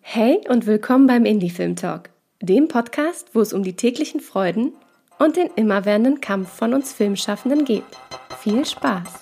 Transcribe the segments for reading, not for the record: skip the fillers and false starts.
Hey und willkommen beim Indie Film Talk, dem Podcast, wo es um die täglichen Freuden und den immerwährenden Kampf von uns Filmschaffenden geht. Viel Spaß!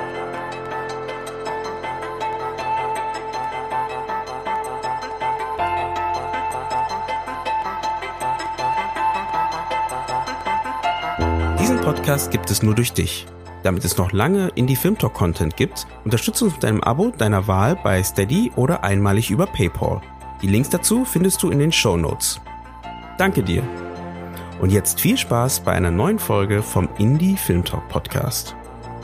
Diesen Podcast gibt es nur durch dich. Damit es noch lange Indie Film Talk Content gibt, unterstütze uns mit einem Abo deiner Wahl bei Steady oder einmalig über PayPal. Die Links dazu findest du in den Shownotes. Danke dir. Und jetzt viel Spaß bei einer neuen Folge vom Indie Film Talk Podcast.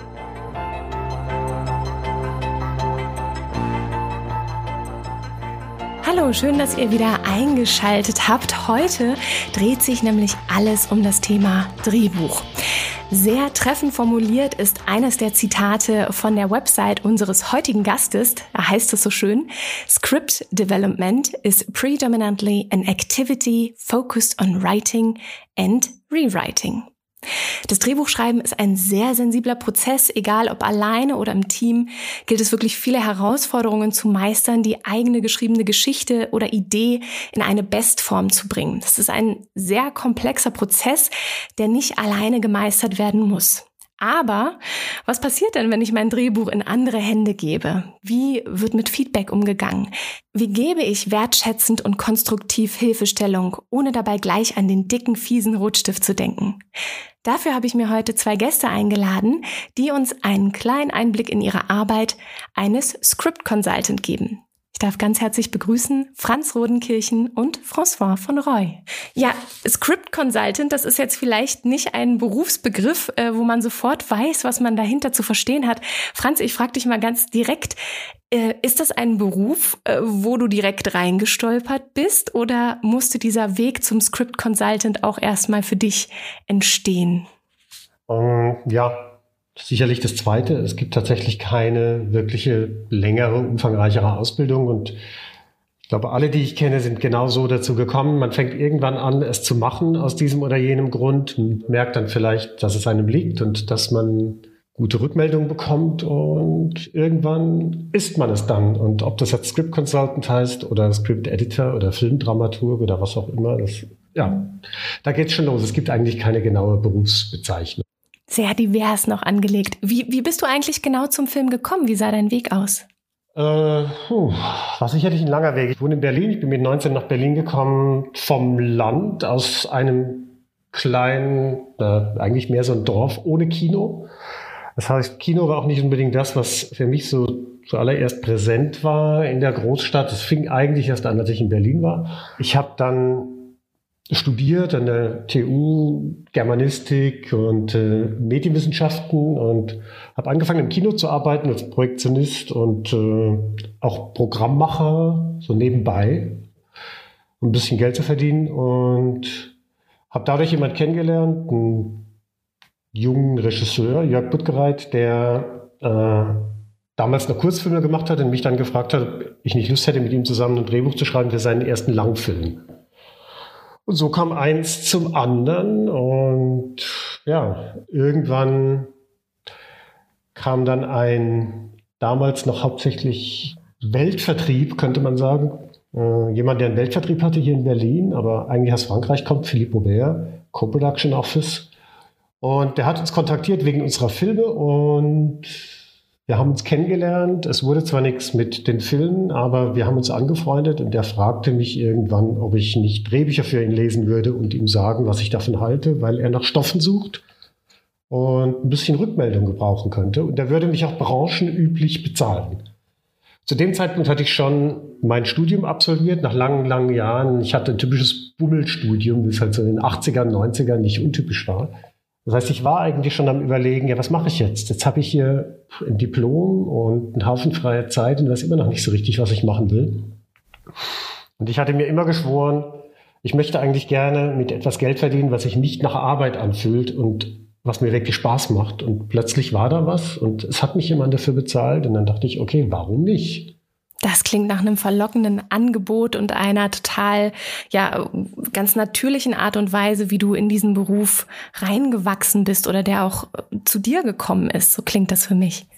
Hallo, schön, dass ihr wieder eingeschaltet habt. Heute dreht sich nämlich alles um das Thema Drehbuch. Sehr treffend formuliert ist eines der Zitate von der Website unseres heutigen Gastes. Da heißt es so schön: Script development is predominantly an activity focused on writing and rewriting. Das Drehbuchschreiben ist ein sehr sensibler Prozess, egal ob alleine oder im Team, gilt es wirklich viele Herausforderungen zu meistern, die eigene geschriebene Geschichte oder Idee in eine Bestform zu bringen. Das ist ein sehr komplexer Prozess, der nicht alleine gemeistert werden muss. Aber was passiert denn, wenn ich mein Drehbuch in andere Hände gebe? Wie wird mit Feedback umgegangen? Wie gebe ich wertschätzend und konstruktiv Hilfestellung, ohne dabei gleich an den dicken, fiesen Rotstift zu denken? Dafür habe ich mir heute 2 Gäste eingeladen, die uns einen kleinen Einblick in ihre Arbeit eines Script Consultant geben. Ich darf ganz herzlich begrüßen Franz Rodenkirchen und François von Roy. Ja, Script Consultant, das ist jetzt vielleicht nicht ein Berufsbegriff, wo man sofort weiß, was man dahinter zu verstehen hat. Franz, ich frage dich mal ganz direkt, ist das ein Beruf, wo du direkt reingestolpert bist, oder musste dieser Weg zum Script Consultant auch erstmal für dich entstehen? Ja. Sicherlich das Zweite. Es gibt tatsächlich keine wirkliche längere, umfangreichere Ausbildung. Und ich glaube, alle, die ich kenne, sind genau so dazu gekommen. Man fängt irgendwann an, es zu machen aus diesem oder jenem Grund und merkt dann vielleicht, dass es einem liegt und dass man gute Rückmeldungen bekommt. Und irgendwann ist man es dann. Und ob das jetzt Script Consultant heißt oder Script Editor oder Filmdramaturg oder was auch immer, da geht's schon los. Es gibt eigentlich keine genaue Berufsbezeichnung. Sehr divers noch angelegt. Wie bist du eigentlich genau zum Film gekommen? Wie sah dein Weg aus? War sicherlich ein langer Weg. Ich wohne in Berlin. Ich bin mit 19 nach Berlin gekommen vom Land, aus einem kleinen, eigentlich mehr so ein Dorf ohne Kino. Das heißt, Kino war auch nicht unbedingt das, was für mich so zuallererst präsent war in der Großstadt. Es fing eigentlich erst an, als ich in Berlin war. Ich habe dann studiert an der TU Germanistik und Medienwissenschaften und habe angefangen im Kino zu arbeiten als Projektionist und auch Programmmacher, so nebenbei, um ein bisschen Geld zu verdienen, und habe dadurch jemanden kennengelernt, einen jungen Regisseur, Jörg Buttgereit, der damals noch Kurzfilme gemacht hat und mich dann gefragt hat, ob ich nicht Lust hätte, mit ihm zusammen ein Drehbuch zu schreiben für seinen ersten Langfilm. Und so kam eins zum anderen, und ja, irgendwann kam dann ein damals noch hauptsächlich Weltvertrieb, könnte man sagen. Jemand, der einen Weltvertrieb hatte hier in Berlin, aber eigentlich aus Frankreich kommt, Philippe Aubert, Co-Production Office. Und der hat uns kontaktiert wegen unserer Filme und wir haben uns kennengelernt. Es wurde zwar nichts mit den Filmen, aber wir haben uns angefreundet, und der fragte mich irgendwann, ob ich nicht Drehbücher für ihn lesen würde und ihm sagen, was ich davon halte, weil er nach Stoffen sucht und ein bisschen Rückmeldung gebrauchen könnte. Und er würde mich auch branchenüblich bezahlen. Zu dem Zeitpunkt hatte ich schon mein Studium absolviert, nach langen, langen Jahren. Ich hatte ein typisches Bummelstudium, wie es halt so in den 80ern, 90ern nicht untypisch war. Das heißt, ich war eigentlich schon am Überlegen, ja, was mache ich jetzt? Jetzt habe ich hier ein Diplom und einen Haufen freie Zeit und weiß immer noch nicht so richtig, was ich machen will. Und ich hatte mir immer geschworen, ich möchte eigentlich gerne mit etwas Geld verdienen, was sich nicht nach Arbeit anfühlt und was mir wirklich Spaß macht. Und plötzlich war da was und es hat mich jemand dafür bezahlt. Und dann dachte ich, okay, warum nicht? Das klingt nach einem verlockenden Angebot und einer total, ganz natürlichen Art und Weise, wie du in diesen Beruf reingewachsen bist oder der auch zu dir gekommen ist. So klingt das für mich.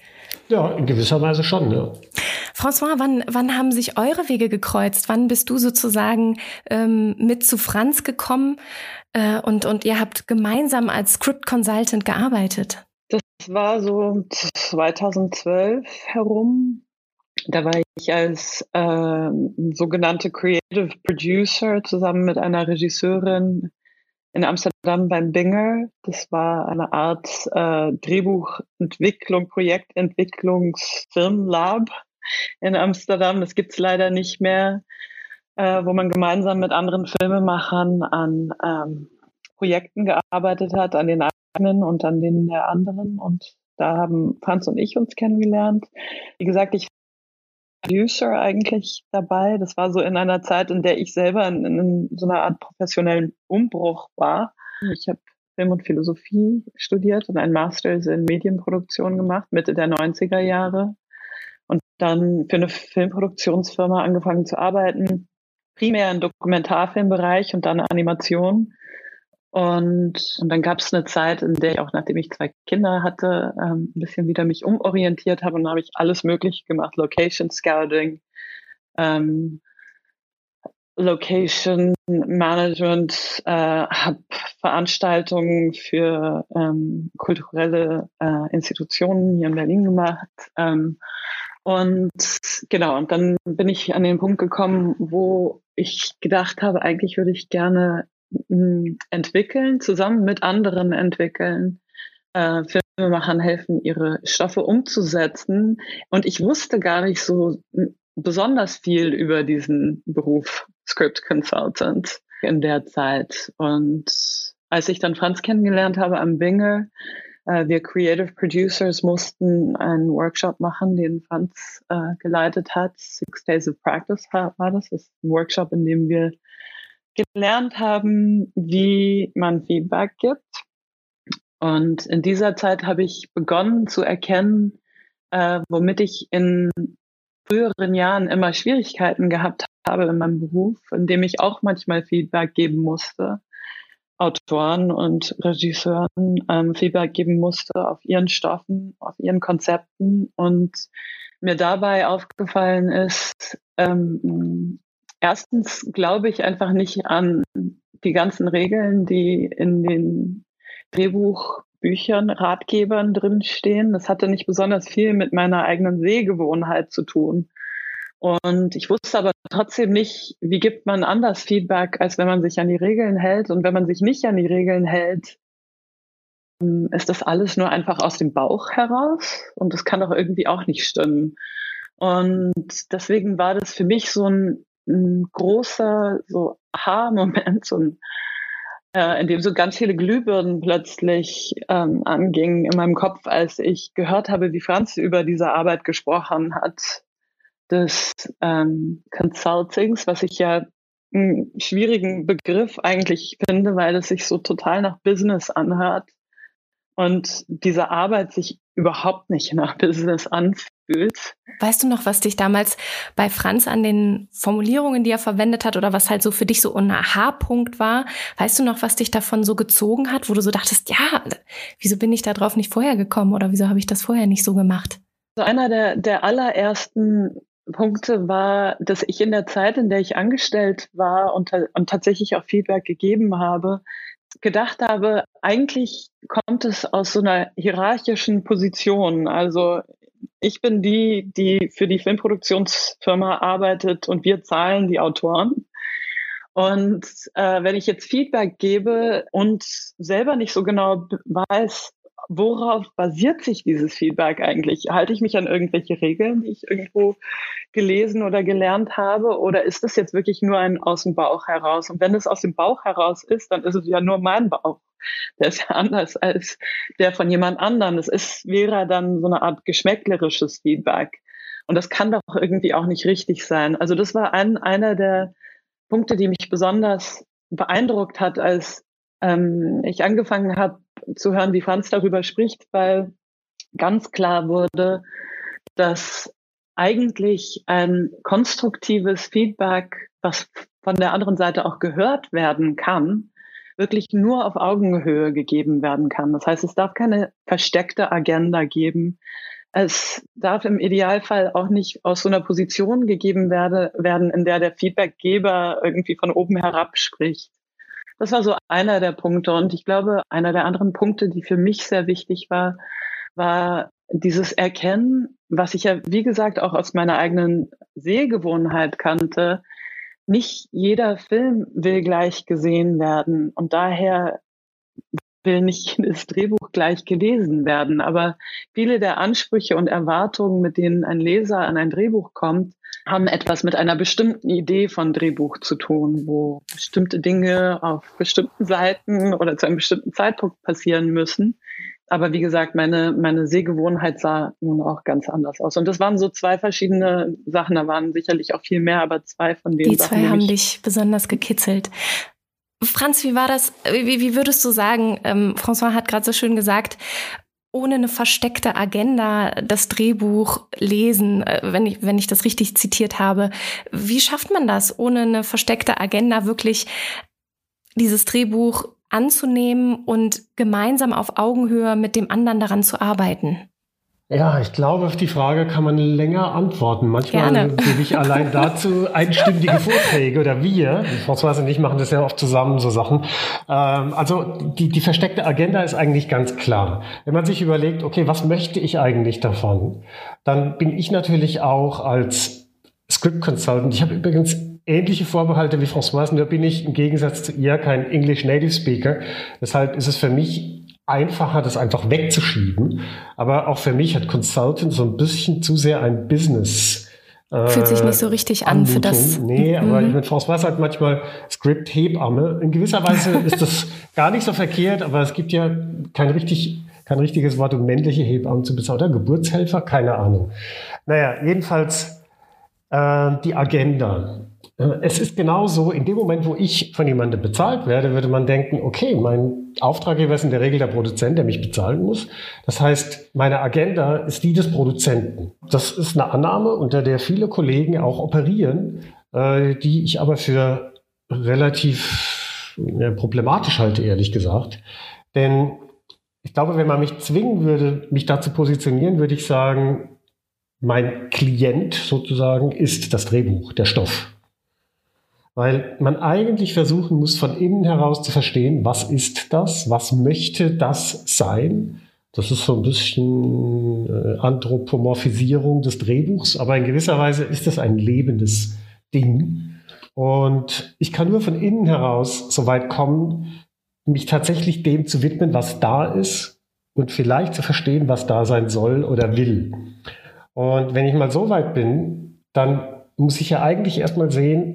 Ja, in gewisser Weise schon, ja. François, wann haben sich eure Wege gekreuzt? Wann bist du sozusagen mit zu Franz gekommen und ihr habt gemeinsam als Script Consultant gearbeitet? Das war so 2012 herum. Da war ich als sogenannte Creative Producer zusammen mit einer Regisseurin in Amsterdam beim Binger. Das war eine Art Drehbuchentwicklung, Projektentwicklungsfilmlab in Amsterdam. Das gibt's leider nicht mehr, wo man gemeinsam mit anderen Filmemachern an Projekten gearbeitet hat, an den eigenen und an denen der anderen. Und da haben Franz und ich uns kennengelernt. Wie gesagt, ich war Producer eigentlich dabei. Das war so in einer Zeit, in der ich selber in so einer Art professionellen Umbruch war. Ich habe Film und Philosophie studiert und einen Masters in Medienproduktion gemacht, Mitte der 90er Jahre. Und dann für eine Filmproduktionsfirma angefangen zu arbeiten, primär im Dokumentarfilmbereich und dann Animation. Und dann gab es eine Zeit, in der ich auch, nachdem ich 2 Kinder hatte, ein bisschen wieder mich umorientiert habe und dann habe ich alles Mögliche gemacht. Location Scouting, Location Management, habe Veranstaltungen für kulturelle Institutionen hier in Berlin gemacht. Und genau, und dann bin ich an den Punkt gekommen, wo ich gedacht habe, eigentlich würde ich gerne entwickeln, zusammen mit anderen entwickeln, Filmemachern helfen, ihre Stoffe umzusetzen. Und ich wusste gar nicht so besonders viel über diesen Beruf Script Consultant in der Zeit. Und als ich dann Franz kennengelernt habe am Binger, wir Creative Producers mussten einen Workshop machen, den Franz geleitet hat. 6 Days of Practice war das. Das ist ein Workshop, in dem wir gelernt haben, wie man Feedback gibt. Und in dieser Zeit habe ich begonnen zu erkennen, womit ich in früheren Jahren immer Schwierigkeiten gehabt habe in meinem Beruf, in dem ich auch manchmal Feedback geben musste, Autoren und Regisseuren Feedback geben musste auf ihren Stoffen, auf ihren Konzepten. Und mir dabei aufgefallen ist, erstens glaube ich einfach nicht an die ganzen Regeln, die in den Drehbuchbüchern, Ratgebern drinstehen. Das hatte nicht besonders viel mit meiner eigenen Sehgewohnheit zu tun. Und ich wusste aber trotzdem nicht, wie gibt man anders Feedback, als wenn man sich an die Regeln hält. Und wenn man sich nicht an die Regeln hält, ist das alles nur einfach aus dem Bauch heraus. Und das kann doch irgendwie auch nicht stimmen. Und deswegen war das für mich so ein großer so Aha-Moment, in dem so ganz viele Glühbirnen plötzlich angingen in meinem Kopf, als ich gehört habe, wie Franz über diese Arbeit gesprochen hat, des Consultings, was ich ja einen schwierigen Begriff eigentlich finde, weil es sich so total nach Business anhört und diese Arbeit sich überhaupt nicht nach Business anfühlt. Weißt du noch, was dich damals bei Franz an den Formulierungen, die er verwendet hat, oder was halt so für dich so ein Aha-Punkt war? Weißt du noch, was dich davon so gezogen hat, wo du so dachtest, ja, wieso bin ich da drauf nicht vorher gekommen oder wieso habe ich das vorher nicht so gemacht? So einer der allerersten Punkte war, dass ich in der Zeit, in der ich angestellt war und tatsächlich auch Feedback gegeben habe, gedacht habe, eigentlich kommt es aus so einer hierarchischen Position. Also ich bin die für die Filmproduktionsfirma arbeitet und wir zahlen die Autoren. Und wenn ich jetzt Feedback gebe und selber nicht so genau weiß, worauf basiert sich dieses Feedback eigentlich? Halte ich mich an irgendwelche Regeln, die ich irgendwo gelesen oder gelernt habe? Oder ist das jetzt wirklich nur ein aus dem Bauch heraus? Und wenn es aus dem Bauch heraus ist, dann ist es ja nur mein Bauch. Der ist ja anders als der von jemand anderem. Wäre dann so eine Art geschmäcklerisches Feedback. Und das kann doch irgendwie auch nicht richtig sein. Also das war einer der Punkte, die mich besonders beeindruckt hat, als ich angefangen habe zu hören, wie Franz darüber spricht, weil ganz klar wurde, dass eigentlich ein konstruktives Feedback, was von der anderen Seite auch gehört werden kann, wirklich nur auf Augenhöhe gegeben werden kann. Das heißt, es darf keine versteckte Agenda geben. es darf im Idealfall auch nicht aus so einer Position gegeben werden, in der der Feedbackgeber irgendwie von oben herab spricht. Das war so einer der Punkte. Und ich glaube, einer der anderen Punkte, die für mich sehr wichtig war dieses Erkennen, was ich ja, wie gesagt, auch aus meiner eigenen Sehgewohnheit kannte. Nicht jeder Film will gleich gesehen werden. Und daher will nicht jedes Drehbuch gleich gelesen werden. Aber viele der Ansprüche und Erwartungen, mit denen ein Leser an ein Drehbuch kommt, haben etwas mit einer bestimmten Idee von Drehbuch zu tun, wo bestimmte Dinge auf bestimmten Seiten oder zu einem bestimmten Zeitpunkt passieren müssen. Aber wie gesagt, meine Sehgewohnheit sah nun auch ganz anders aus. Und das waren so zwei verschiedene Sachen. Da waren sicherlich auch viel mehr, aber zwei von denen. Die zwei haben dich besonders gekitzelt. Franz, wie war das? Wie würdest du sagen, François hat gerade so schön gesagt, ohne eine versteckte Agenda das Drehbuch lesen, wenn ich das richtig zitiert habe. Wie schafft man das, ohne eine versteckte Agenda wirklich dieses Drehbuch anzunehmen und gemeinsam auf Augenhöhe mit dem anderen daran zu arbeiten? Ja, ich glaube, auf die Frage kann man länger antworten. Manchmal gebe ich allein dazu einstündige Vorträge oder wir, François und ich machen das ja oft zusammen, so Sachen. Also die versteckte Agenda ist eigentlich ganz klar. Wenn man sich überlegt, okay, was möchte ich eigentlich davon, dann bin ich natürlich auch als Script Consultant, ich habe übrigens ähnliche Vorbehalte wie François, nur bin ich im Gegensatz zu ihr kein English Native Speaker. Deshalb ist es für mich einfacher, das einfach wegzuschieben. Aber auch für mich hat Consultant so ein bisschen zu sehr ein Business. Fühlt sich nicht so richtig an für das. Nee, aber ich meine, François sagt manchmal Script-Hebamme. In gewisser Weise ist das gar nicht so verkehrt, aber es gibt ja kein richtiges Wort, um männliche Hebammen zu bezahlen. Oder Geburtshelfer? Keine Ahnung. Naja, jedenfalls die Agenda. Es ist genauso, in dem Moment, wo ich von jemandem bezahlt werde, würde man denken, okay, mein Auftraggeber ist in der Regel der Produzent, der mich bezahlen muss. Das heißt, meine Agenda ist die des Produzenten. Das ist eine Annahme, unter der viele Kollegen auch operieren, die ich aber für relativ problematisch halte, ehrlich gesagt. Denn ich glaube, wenn man mich zwingen würde, mich da zu positionieren, würde ich sagen, mein Klient sozusagen ist das Drehbuch, der Stoff. Weil man eigentlich versuchen muss, von innen heraus zu verstehen, was ist das, was möchte das sein. Das ist so ein bisschen Anthropomorphisierung des Drehbuchs, aber in gewisser Weise ist das ein lebendes Ding. Und ich kann nur von innen heraus so weit kommen, mich tatsächlich dem zu widmen, was da ist und vielleicht zu verstehen, was da sein soll oder will. Und wenn ich mal so weit bin, dann muss ich ja eigentlich erstmal sehen,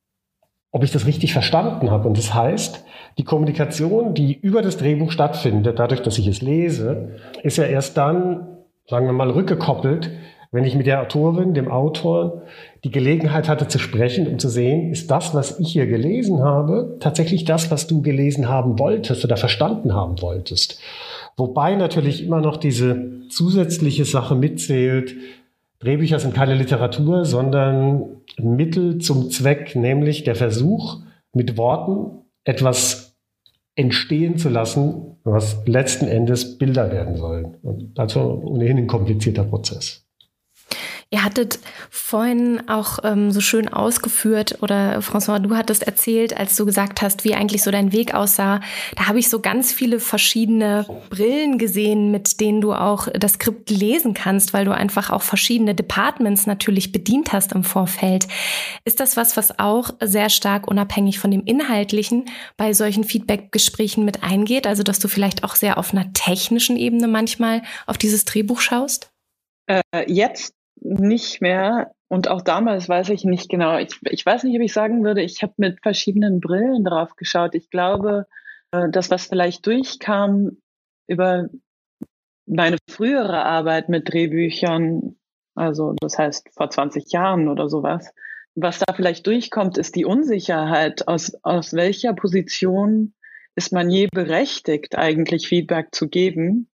ob ich das richtig verstanden habe. Und das heißt, die Kommunikation, die über das Drehbuch stattfindet, dadurch, dass ich es lese, ist ja erst dann, sagen wir mal, rückgekoppelt, wenn ich mit der Autorin, dem Autor, die Gelegenheit hatte zu sprechen, um zu sehen, ist das, was ich hier gelesen habe, tatsächlich das, was du gelesen haben wolltest oder verstanden haben wolltest. Wobei natürlich immer noch diese zusätzliche Sache mitzählt, Drehbücher sind keine Literatur, sondern Mittel zum Zweck, nämlich der Versuch, mit Worten etwas entstehen zu lassen, was letzten Endes Bilder werden sollen. Und das war ohnehin ein komplizierter Prozess. Ihr hattet vorhin auch so schön ausgeführt, oder François, du hattest erzählt, als du gesagt hast, wie eigentlich so dein Weg aussah. Da habe ich so ganz viele verschiedene Brillen gesehen, mit denen du auch das Skript lesen kannst, weil du einfach auch verschiedene Departments natürlich bedient hast im Vorfeld. Ist das was auch sehr stark unabhängig von dem Inhaltlichen bei solchen Feedback-Gesprächen mit eingeht? Also, dass du vielleicht auch sehr auf einer technischen Ebene manchmal auf dieses Drehbuch schaust? Jetzt nicht mehr. Und auch damals weiß ich nicht genau. Ich weiß nicht, ob ich sagen würde, ich habe mit verschiedenen Brillen drauf geschaut. Ich glaube, das, was vielleicht durchkam über meine frühere Arbeit mit Drehbüchern, also das heißt vor 20 Jahren oder sowas, was da vielleicht durchkommt, ist die Unsicherheit, aus welcher Position ist man je berechtigt, eigentlich Feedback zu geben.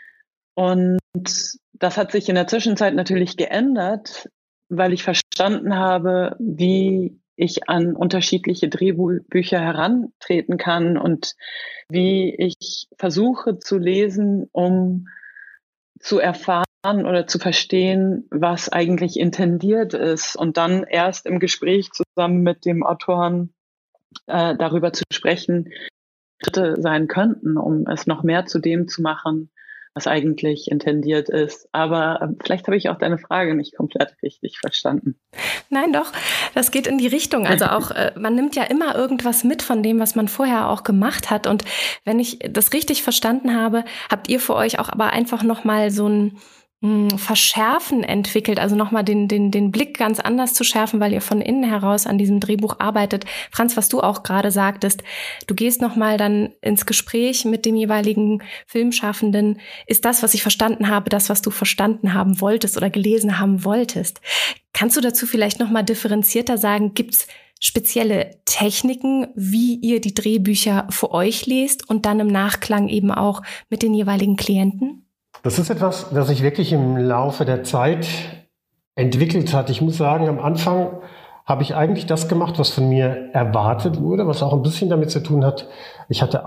Und das hat sich in der Zwischenzeit natürlich geändert, weil ich verstanden habe, wie ich an unterschiedliche Drehbücher herantreten kann und wie ich versuche zu lesen, um zu erfahren, oder zu verstehen, was eigentlich intendiert ist und dann erst im Gespräch zusammen mit dem Autoren darüber zu sprechen, Schritte sein könnten, um es noch mehr zu dem zu machen, was eigentlich intendiert ist. Aber vielleicht habe ich auch deine Frage nicht komplett richtig verstanden. Nein, doch, das geht in die Richtung. Also auch, man nimmt ja immer irgendwas mit von dem, was man vorher auch gemacht hat. Und wenn ich das richtig verstanden habe, habt ihr für euch auch aber einfach nochmal so ein Verschärfen entwickelt, also nochmal den Blick ganz anders zu schärfen, weil ihr von innen heraus an diesem Drehbuch arbeitet. Franz, was du auch gerade sagtest, du gehst nochmal dann ins Gespräch mit dem jeweiligen Filmschaffenden. Ist das, was ich verstanden habe, das, was du verstanden haben wolltest oder gelesen haben wolltest? Kannst du dazu vielleicht nochmal differenzierter sagen, gibt's spezielle Techniken, wie ihr die Drehbücher für euch lest und dann im Nachklang eben auch mit den jeweiligen Klienten? Das ist etwas, das sich wirklich im Laufe der Zeit entwickelt hat. Ich muss sagen, am Anfang habe ich eigentlich das gemacht, was von mir erwartet wurde, was auch ein bisschen damit zu tun hat. Ich hatte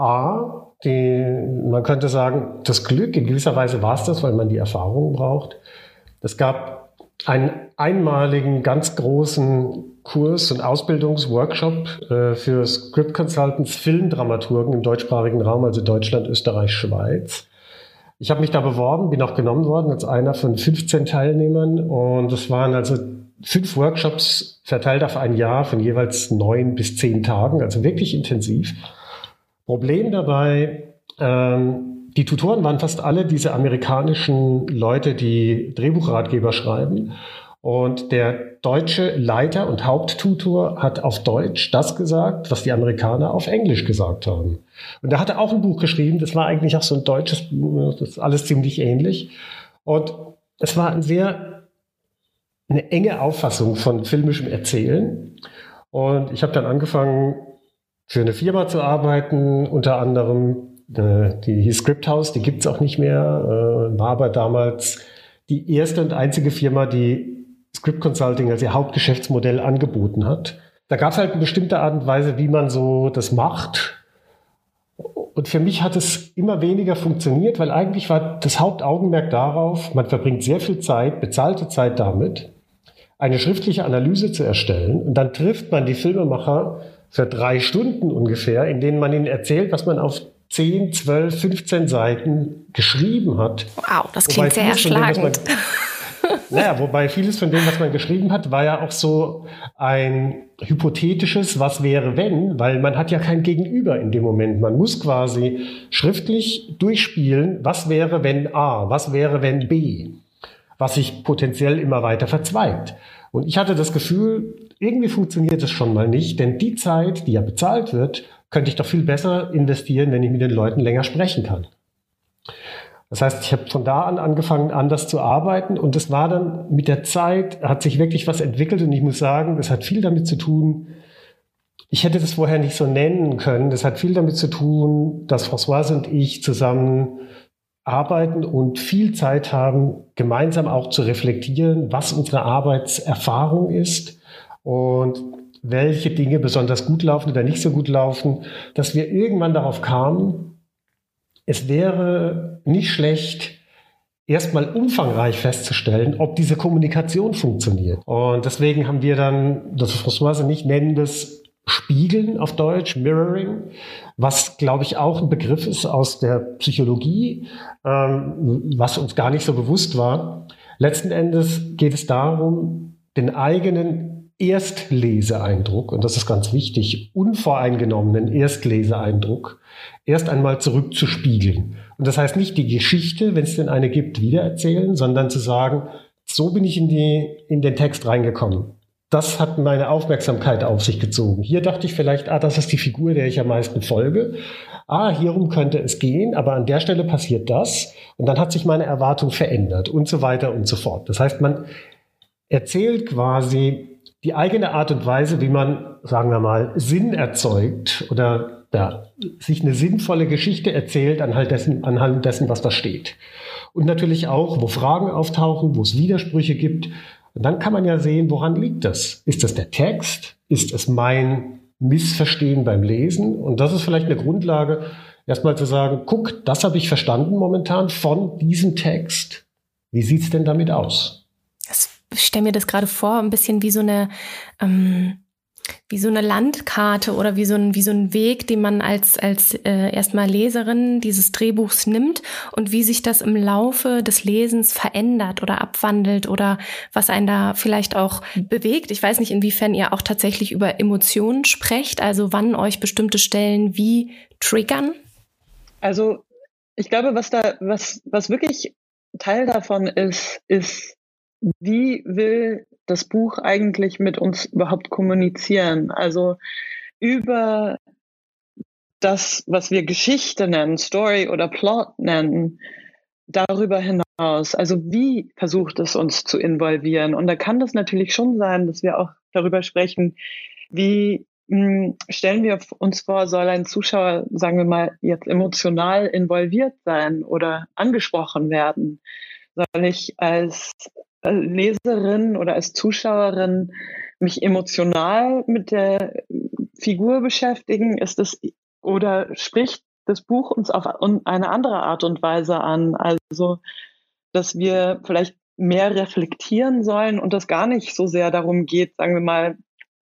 man könnte sagen, das Glück, in gewisser Weise war es das, weil man die Erfahrung braucht. Es gab einen einmaligen, ganz großen Kurs und Ausbildungsworkshop für Script Consultants, Filmdramaturgen im deutschsprachigen Raum, also Deutschland, Österreich, Schweiz. Ich habe mich da beworben, bin auch genommen worden als einer von 15 Teilnehmern und es waren also 5 Workshops verteilt auf ein Jahr von jeweils 9 bis 10 Tagen, also wirklich intensiv. Problem dabei, die Tutoren waren fast alle diese amerikanischen Leute, die Drehbuchratgeber schreiben. Und der deutsche Leiter und Haupttutor hat auf Deutsch das gesagt, was die Amerikaner auf Englisch gesagt haben. Und er hatte auch ein Buch geschrieben, das war eigentlich auch so ein deutsches Buch, das ist alles ziemlich ähnlich. Und es war eine enge Auffassung von filmischem Erzählen. Und ich habe dann angefangen, für eine Firma zu arbeiten, unter anderem die hieß Script House, die gibt es auch nicht mehr, war aber damals die erste und einzige Firma, die Script Consulting als ihr Hauptgeschäftsmodell angeboten hat. Da gab es halt eine bestimmte Art und Weise, wie man so das macht. Und für mich hat es immer weniger funktioniert, weil eigentlich war das Hauptaugenmerk darauf, man verbringt sehr viel Zeit, bezahlte Zeit damit, eine schriftliche Analyse zu erstellen. Und dann trifft man die Filmemacher für 3 Stunden ungefähr, in denen man ihnen erzählt, was man auf 10, 12, 15 Seiten geschrieben hat. Wow, das klingt sehr erschlagend. Wobei vieles von dem, was man geschrieben hat, war ja auch so ein hypothetisches Was wäre wenn, weil man hat ja kein Gegenüber in dem Moment. Man muss quasi schriftlich durchspielen, was wäre wenn A, was wäre wenn B, was sich potenziell immer weiter verzweigt. Und ich hatte das Gefühl, irgendwie funktioniert es schon mal nicht, denn die Zeit, die ja bezahlt wird, könnte ich doch viel besser investieren, wenn ich mit den Leuten länger sprechen kann. Das heißt, ich habe von da an angefangen, anders zu arbeiten und es war dann mit der Zeit, hat sich wirklich was entwickelt und ich muss sagen, das hat viel damit zu tun, ich hätte das vorher nicht so nennen können, das hat viel damit zu tun, dass Françoise und ich zusammen arbeiten und viel Zeit haben, gemeinsam auch zu reflektieren, was unsere Arbeitserfahrung ist und welche Dinge besonders gut laufen oder nicht so gut laufen, dass wir irgendwann darauf kamen, es wäre nicht schlecht, erstmal umfangreich festzustellen, ob diese Kommunikation funktioniert. Und deswegen haben wir dann, das Françoise und ich nennen das Spiegeln auf Deutsch, Mirroring, was, glaube ich, auch ein Begriff ist aus der Psychologie, was uns gar nicht so bewusst war. Letzten Endes geht es darum, den eigenen Erstleseeindruck, und das ist ganz wichtig, unvoreingenommenen Erstleseeindruck, erst einmal zurückzuspiegeln. Und das heißt nicht die Geschichte, wenn es denn eine gibt, wiedererzählen, sondern zu sagen, so bin ich in den Text reingekommen. Das hat meine Aufmerksamkeit auf sich gezogen. Hier dachte ich vielleicht, das ist die Figur, der ich am meisten folge. Hierum könnte es gehen, aber an der Stelle passiert das. Und dann hat sich meine Erwartung verändert und so weiter und so fort. Das heißt, man erzählt quasi die eigene Art und Weise, wie man, sagen wir mal, Sinn erzeugt oder sich eine sinnvolle Geschichte erzählt anhand dessen, was da steht. Und natürlich auch, wo Fragen auftauchen, wo es Widersprüche gibt. Und dann kann man ja sehen, woran liegt das? Ist das der Text? Ist es mein Missverstehen beim Lesen? Und das ist vielleicht eine Grundlage, erstmal zu sagen, guck, das habe ich verstanden momentan von diesem Text. Wie sieht's denn damit aus? Ich stelle mir das gerade vor, ein bisschen wie so eine Landkarte oder wie so ein Weg, den man als erstmal Leserin dieses Drehbuchs nimmt und wie sich das im Laufe des Lesens verändert oder abwandelt oder was einen da vielleicht auch bewegt. Ich weiß nicht, inwiefern ihr auch tatsächlich über Emotionen sprecht, also wann euch bestimmte Stellen wie triggern. Also ich glaube, was wirklich Teil davon ist, wie will das Buch eigentlich mit uns überhaupt kommunizieren? Also über das, was wir Geschichte nennen, Story oder Plot nennen, darüber hinaus. Also wie versucht es uns zu involvieren? Und da kann das natürlich schon sein, dass wir auch darüber sprechen, wie stellen wir uns vor, soll ein Zuschauer, sagen wir mal, jetzt emotional involviert sein oder angesprochen werden? Soll ich als Leserin oder als Zuschauerin mich emotional mit der Figur beschäftigen? Oder spricht das Buch uns auf eine andere Art und Weise an? Also, dass wir vielleicht mehr reflektieren sollen und das gar nicht so sehr darum geht, sagen wir mal,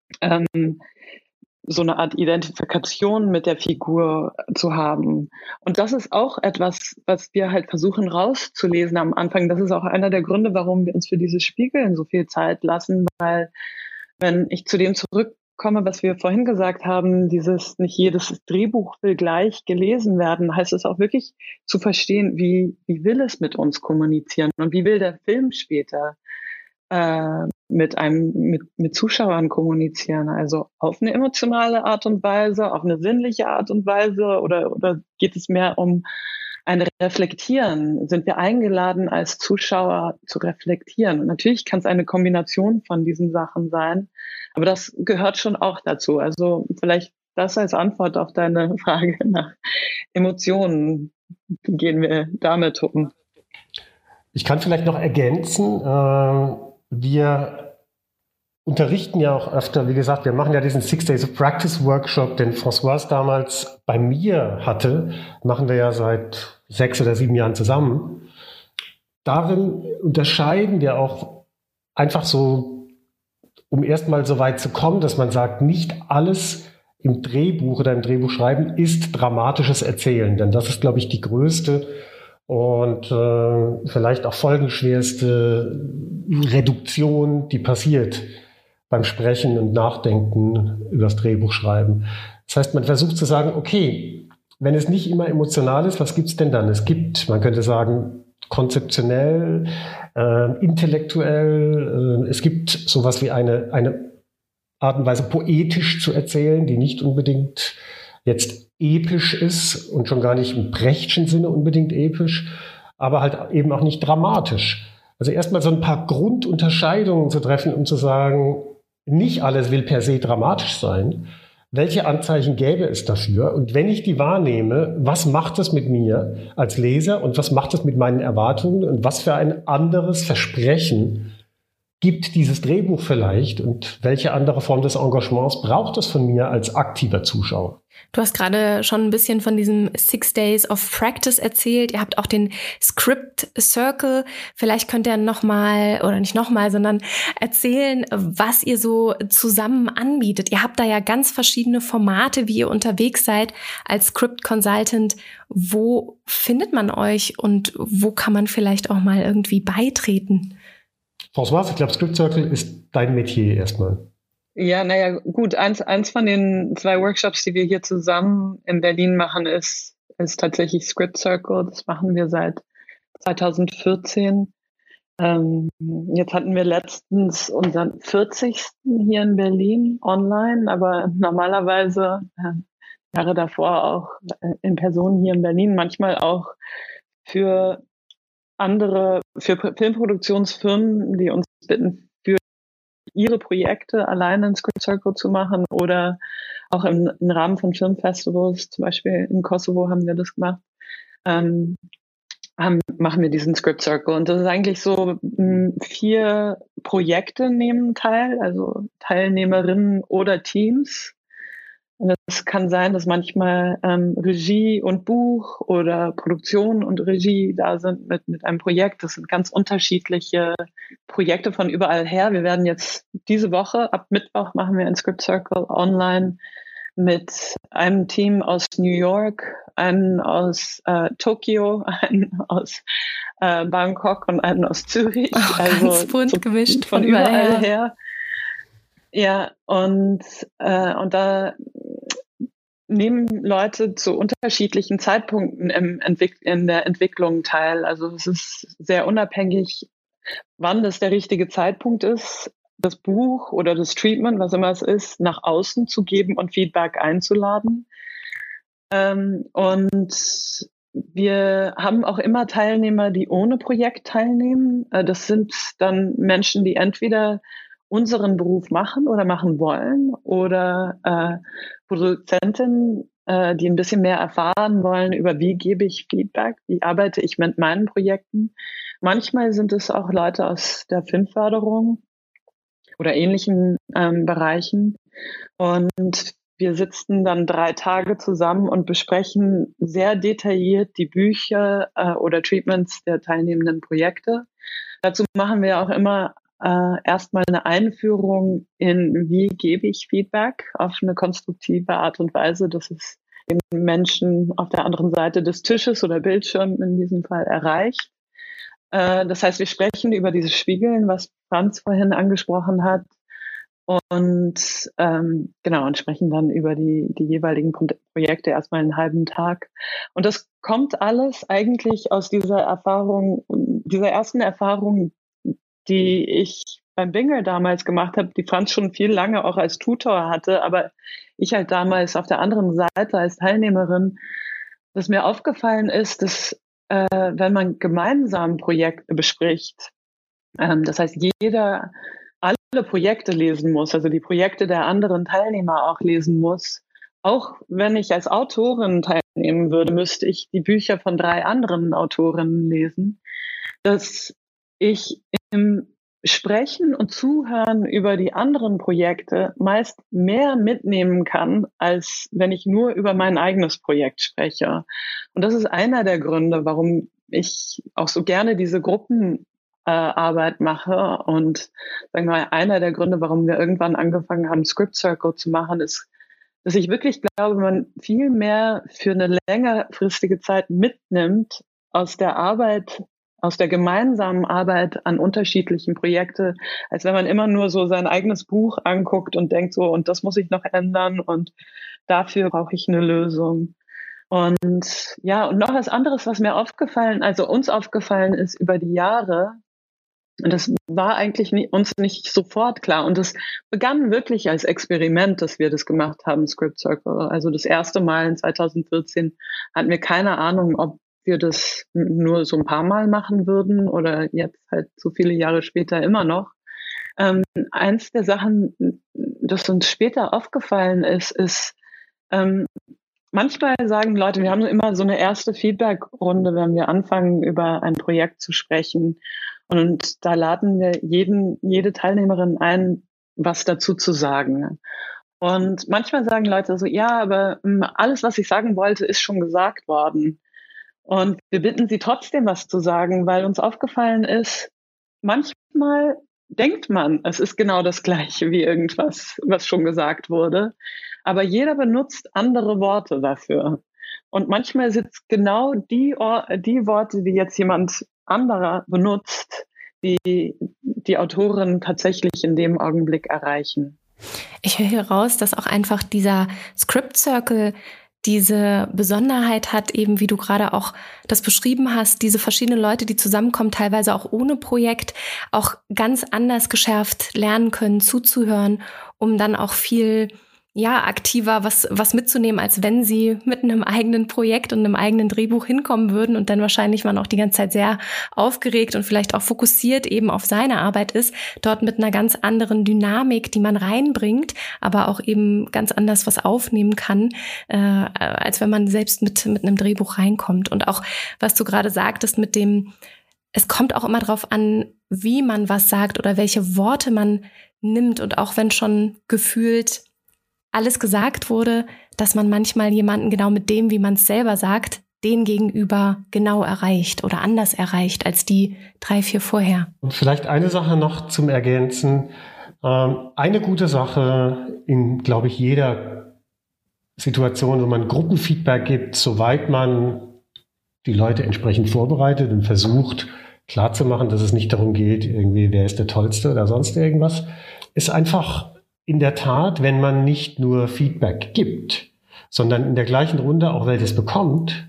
so eine Art Identifikation mit der Figur zu haben. Und das ist auch etwas, was wir halt versuchen rauszulesen am Anfang. Das ist auch einer der Gründe, warum wir uns für dieses Spiegeln so viel Zeit lassen, weil wenn ich zu dem zurückkomme, was wir vorhin gesagt haben, dieses nicht jedes Drehbuch will gleich gelesen werden, heißt es auch wirklich zu verstehen, wie will es mit uns kommunizieren und wie will der Film später mit Zuschauern kommunizieren, also auf eine emotionale Art und Weise, auf eine sinnliche Art und Weise oder geht es mehr um ein Reflektieren? Sind wir eingeladen, als Zuschauer zu reflektieren? Und natürlich kann es eine Kombination von diesen Sachen sein, aber das gehört schon auch dazu. Also vielleicht das als Antwort auf deine Frage nach Emotionen. Wie gehen wir damit um? Ich kann vielleicht noch ergänzen, wir unterrichten ja auch öfter, wie gesagt, wir machen ja diesen 6 Days of Practice Workshop, den Françoise damals bei mir hatte, machen wir ja seit 6 oder 7 Jahren zusammen. Darin unterscheiden wir auch einfach so, um erstmal so weit zu kommen, dass man sagt, nicht alles im Drehbuch oder im Drehbuchschreiben ist dramatisches Erzählen, denn das ist, glaube ich, die größte und vielleicht auch folgenschwerste Reduktion, die passiert beim Sprechen und Nachdenken über das Drehbuchschreiben. Das heißt, man versucht zu sagen, okay, wenn es nicht immer emotional ist, was gibt's denn dann? Es gibt, man könnte sagen, konzeptionell, intellektuell, es gibt sowas wie eine Art und Weise, poetisch zu erzählen, die nicht unbedingt jetzt episch ist und schon gar nicht im Brechtschen Sinne unbedingt episch, aber halt eben auch nicht dramatisch. Also erstmal so ein paar Grundunterscheidungen zu treffen, um zu sagen, nicht alles will per se dramatisch sein. Welche Anzeichen gäbe es dafür? Und wenn ich die wahrnehme, was macht es mit mir als Leser und was macht es mit meinen Erwartungen und was für ein anderes Versprechen gibt dieses Drehbuch vielleicht und welche andere Form des Engagements braucht es von mir als aktiver Zuschauer? Du hast gerade schon ein bisschen von diesem 6 Days of Practice erzählt. Ihr habt auch den Script Circle. Vielleicht könnt ihr nochmal, oder nicht nochmal, sondern erzählen, was ihr so zusammen anbietet. Ihr habt da ja ganz verschiedene Formate, wie ihr unterwegs seid als Script Consultant. Wo findet man euch und wo kann man vielleicht auch mal irgendwie beitreten? Françoise, ich glaube, Script Circle ist dein Metier erstmal. Ja, naja, gut. Eins von den 2 Workshops, die wir hier zusammen in Berlin machen, ist tatsächlich Script Circle. Das machen wir seit 2014. Jetzt hatten wir letztens unseren 40. hier in Berlin online, aber normalerweise Jahre davor auch in Person hier in Berlin, manchmal auch für Filmproduktionsfirmen, die uns bitten, für ihre Projekte alleine einen Script Circle zu machen oder auch im Rahmen von Filmfestivals, zum Beispiel in Kosovo haben wir das gemacht, machen wir diesen Script Circle. Und das ist eigentlich so, 4 Projekte nehmen teil, also Teilnehmerinnen oder Teams Und es kann sein, dass manchmal Regie und Buch oder Produktion und Regie da sind mit einem Projekt. Das sind ganz unterschiedliche Projekte von überall her. Wir werden jetzt diese Woche, ab Mittwoch, machen wir ein Script Circle online mit einem Team aus New York, einen aus Tokio, einen aus Bangkok und einen aus Zürich. Oh, also ganz bunt gemischt von überall her. Ja, und da nehmen Leute zu unterschiedlichen Zeitpunkten in der Entwicklung teil. Also es ist sehr unabhängig, wann das der richtige Zeitpunkt ist, das Buch oder das Treatment, was immer es ist, nach außen zu geben und Feedback einzuladen. Und wir haben auch immer Teilnehmer, die ohne Projekt teilnehmen. Das sind dann Menschen, die entweder unseren Beruf machen oder machen wollen oder Produzenten, die ein bisschen mehr erfahren wollen über, wie gebe ich Feedback, wie arbeite ich mit meinen Projekten. Manchmal sind es auch Leute aus der Filmförderung oder ähnlichen Bereichen. Und wir sitzen dann 3 Tage zusammen und besprechen sehr detailliert die Bücher oder Treatments der teilnehmenden Projekte. Dazu machen wir auch immer erstmal eine Einführung in, wie gebe ich Feedback auf eine konstruktive Art und Weise, dass es den Menschen auf der anderen Seite des Tisches oder Bildschirm in diesem Fall erreicht. Das heißt, wir sprechen über dieses Spiegeln, was Franz vorhin angesprochen hat, und und sprechen dann über die jeweiligen Projekte erstmal einen halben Tag. Und das kommt alles eigentlich aus dieser ersten Erfahrung, die ich beim Binger damals gemacht habe, die Franz schon viel lange auch als Tutor hatte, aber ich halt damals auf der anderen Seite als Teilnehmerin, dass mir aufgefallen ist, dass wenn man gemeinsam Projekte bespricht, das heißt, jeder alle Projekte lesen muss, also die Projekte der anderen Teilnehmer auch lesen muss. Auch wenn ich als Autorin teilnehmen würde, müsste ich die Bücher von 3 anderen Autorinnen lesen, dass ich im Sprechen und Zuhören über die anderen Projekte meist mehr mitnehmen kann, als wenn ich nur über mein eigenes Projekt spreche. Und das ist einer der Gründe, warum ich auch so gerne diese Gruppenarbeit mache. Und sagen wir mal, einer der Gründe, warum wir irgendwann angefangen haben, Script Circle zu machen, ist, dass ich wirklich glaube, man viel mehr für eine längerfristige Zeit mitnimmt aus der Arbeit, aus der gemeinsamen Arbeit an unterschiedlichen Projekten, als wenn man immer nur so sein eigenes Buch anguckt und denkt so, und das muss ich noch ändern und dafür brauche ich eine Lösung. Und ja, und noch was anderes, was mir uns aufgefallen ist über die Jahre, und das war eigentlich uns nicht sofort klar. Und das begann wirklich als Experiment, dass wir das gemacht haben, Script Circle. Also das erste Mal in 2014 hatten wir keine Ahnung, ob wir das nur so ein paar Mal machen würden oder jetzt halt so viele Jahre später immer noch. Eins der Sachen, das uns später aufgefallen ist, manchmal sagen Leute, wir haben immer so eine erste Feedback-Runde, wenn wir anfangen, über ein Projekt zu sprechen. Und da laden wir jede Teilnehmerin ein, was dazu zu sagen. Und manchmal sagen Leute so, ja, aber alles, was ich sagen wollte, ist schon gesagt worden. Und wir bitten sie trotzdem, was zu sagen, weil uns aufgefallen ist, manchmal denkt man, es ist genau das Gleiche wie irgendwas, was schon gesagt wurde. Aber jeder benutzt andere Worte dafür. Und manchmal sind es genau die Worte, die jetzt jemand anderer benutzt, die Autorin tatsächlich in dem Augenblick erreichen. Ich höre hier raus, dass auch einfach dieser Script Circle diese Besonderheit hat, eben wie du gerade auch das beschrieben hast, diese verschiedenen Leute, die zusammenkommen, teilweise auch ohne Projekt, auch ganz anders geschärft lernen können, zuzuhören, um dann auch viel aktiver was mitzunehmen, als wenn sie mit einem eigenen Projekt und einem eigenen Drehbuch hinkommen würden und dann wahrscheinlich man auch die ganze Zeit sehr aufgeregt und vielleicht auch fokussiert eben auf seine Arbeit ist, dort mit einer ganz anderen Dynamik, die man reinbringt, aber auch eben ganz anders was aufnehmen kann, als wenn man selbst mit einem Drehbuch reinkommt. Und auch, was du gerade sagtest mit dem, es kommt auch immer drauf an, wie man was sagt oder welche Worte man nimmt, und auch wenn schon gefühlt alles gesagt wurde, dass man manchmal jemanden genau mit dem, wie man es selber sagt, den gegenüber genau erreicht oder anders erreicht als die 3, 4 vorher. Und vielleicht eine Sache noch zum Ergänzen. Eine gute Sache in, glaube ich, jeder Situation, wo man Gruppenfeedback gibt, soweit man die Leute entsprechend vorbereitet und versucht klarzumachen, dass es nicht darum geht, irgendwie, wer ist der Tollste oder sonst irgendwas, ist einfach in der Tat, wenn man nicht nur Feedback gibt, sondern in der gleichen Runde auch welches bekommt,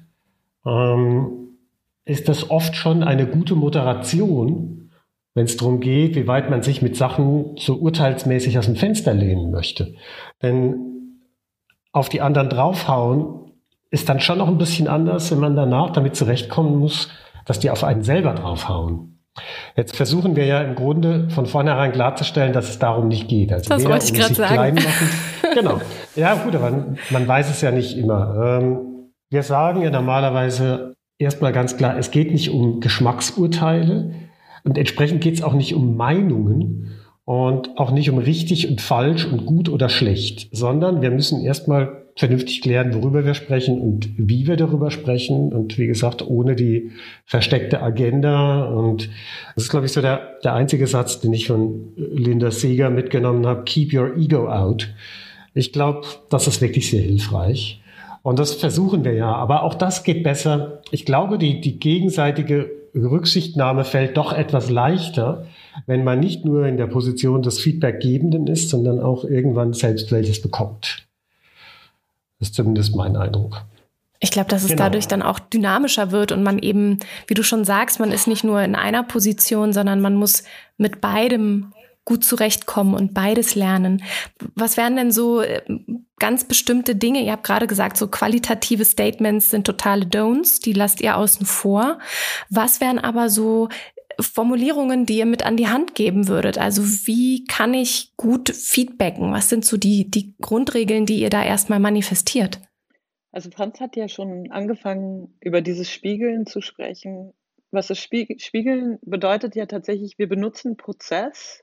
ist das oft schon eine gute Moderation, wenn es darum geht, wie weit man sich mit Sachen so urteilsmäßig aus dem Fenster lehnen möchte. Denn auf die anderen draufhauen ist dann schon noch ein bisschen anders, wenn man danach damit zurechtkommen muss, dass die auf einen selber draufhauen. Jetzt versuchen wir ja im Grunde von vornherein klarzustellen, dass es darum nicht geht. Also das wollte ich gerade sagen. Klein machen. Genau. Ja gut, aber man weiß es ja nicht immer. Wir sagen ja normalerweise erstmal ganz klar, es geht nicht um Geschmacksurteile und entsprechend geht es auch nicht um Meinungen und auch nicht um richtig und falsch und gut oder schlecht, sondern wir müssen erstmal vernünftig klären, worüber wir sprechen und wie wir darüber sprechen und wie gesagt, ohne die versteckte Agenda. Und das ist, glaube ich, so der einzige Satz, den ich von Linda Seeger mitgenommen habe, keep your ego out. Ich glaube, das ist wirklich sehr hilfreich. Und das versuchen wir ja, aber auch das geht besser. Ich glaube, die gegenseitige Rücksichtnahme fällt doch etwas leichter, wenn man nicht nur in der Position des Feedbackgebenden ist, sondern auch irgendwann selbst welches bekommt. Das ist zumindest mein Eindruck. Ich glaube, dass es dadurch dann auch dynamischer wird und man eben, wie du schon sagst, man ist nicht nur in einer Position, sondern man muss mit beidem gut zurechtkommen und beides lernen. Was wären denn so ganz bestimmte Dinge? Ihr habt gerade gesagt, so qualitative Statements sind totale Don'ts, die lasst ihr außen vor. Was wären aber so Formulierungen, die ihr mit an die Hand geben würdet? Also wie kann ich gut feedbacken? Was sind so die Grundregeln, die ihr da erstmal manifestiert? Also Franz hat ja schon angefangen, über dieses Spiegeln zu sprechen. Was das Spiegeln bedeutet ja tatsächlich, wir benutzen Prozess,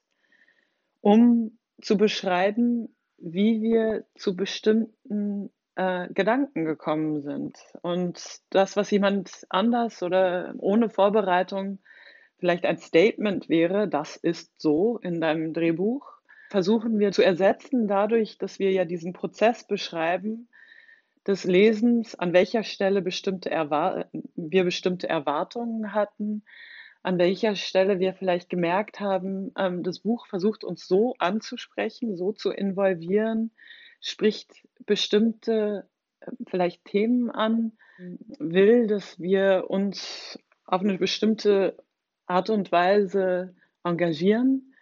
um zu beschreiben, wie wir zu bestimmten Gedanken gekommen sind. Und das, was jemand anders oder ohne Vorbereitung vielleicht ein Statement wäre, das ist so in deinem Drehbuch, versuchen wir zu ersetzen dadurch, dass wir ja diesen Prozess beschreiben des Lesens, an welcher Stelle wir bestimmte Erwartungen hatten, an welcher Stelle wir vielleicht gemerkt haben, das Buch versucht uns so anzusprechen, so zu involvieren, spricht bestimmte vielleicht Themen an, will, dass wir uns auf eine bestimmte Art und Weise engagieren.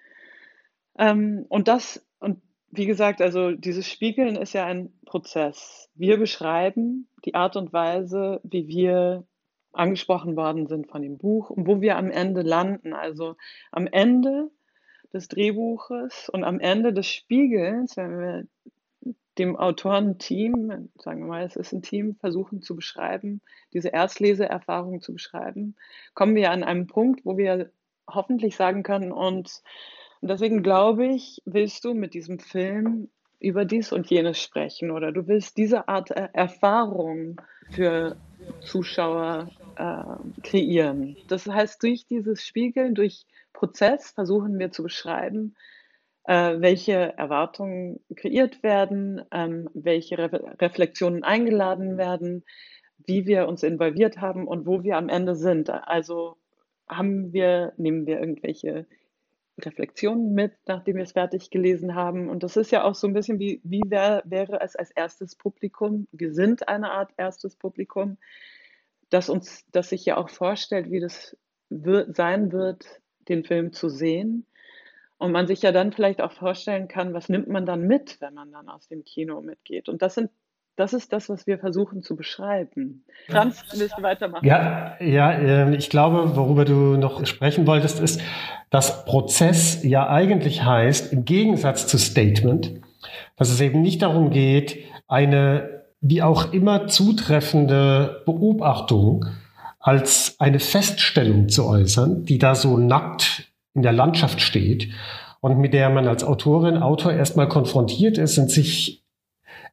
Und wie gesagt, also dieses Spiegeln ist ja ein Prozess. Wir beschreiben die Art und Weise, wie wir angesprochen worden sind von dem Buch und wo wir am Ende landen. Also am Ende des Drehbuches und am Ende des Spiegelns, wenn wir dem Autorenteam, sagen wir mal, es ist ein Team, versuchen zu beschreiben, diese Erstleseerfahrung zu beschreiben, kommen wir an einen Punkt, wo wir hoffentlich sagen können, und deswegen glaube ich, willst du mit diesem Film über dies und jenes sprechen oder du willst diese Art Erfahrung für Zuschauer kreieren. Das heißt, durch dieses Spiegeln, durch Prozess versuchen wir zu beschreiben, welche Erwartungen kreiert werden, welche Reflexionen eingeladen werden, wie wir uns involviert haben und wo wir am Ende sind. Also nehmen wir irgendwelche Reflexionen mit, nachdem wir es fertig gelesen haben. Und das ist ja auch so ein bisschen wie wäre es als erstes Publikum. Wir sind eine Art erstes Publikum, das sich ja auch vorstellt, wie das sein wird, den Film zu sehen. Und man sich ja dann vielleicht auch vorstellen kann, was nimmt man dann mit, wenn man dann aus dem Kino mitgeht. Und das ist das, was wir versuchen zu beschreiben. Franz, willst du weitermachen? Ja, ich glaube, worüber du noch sprechen wolltest, ist, dass Prozess ja eigentlich heißt, im Gegensatz zu Statement, dass es eben nicht darum geht, eine wie auch immer zutreffende Beobachtung als eine Feststellung zu äußern, die da so nackt in der Landschaft steht und mit der man als Autor erstmal konfrontiert ist und sich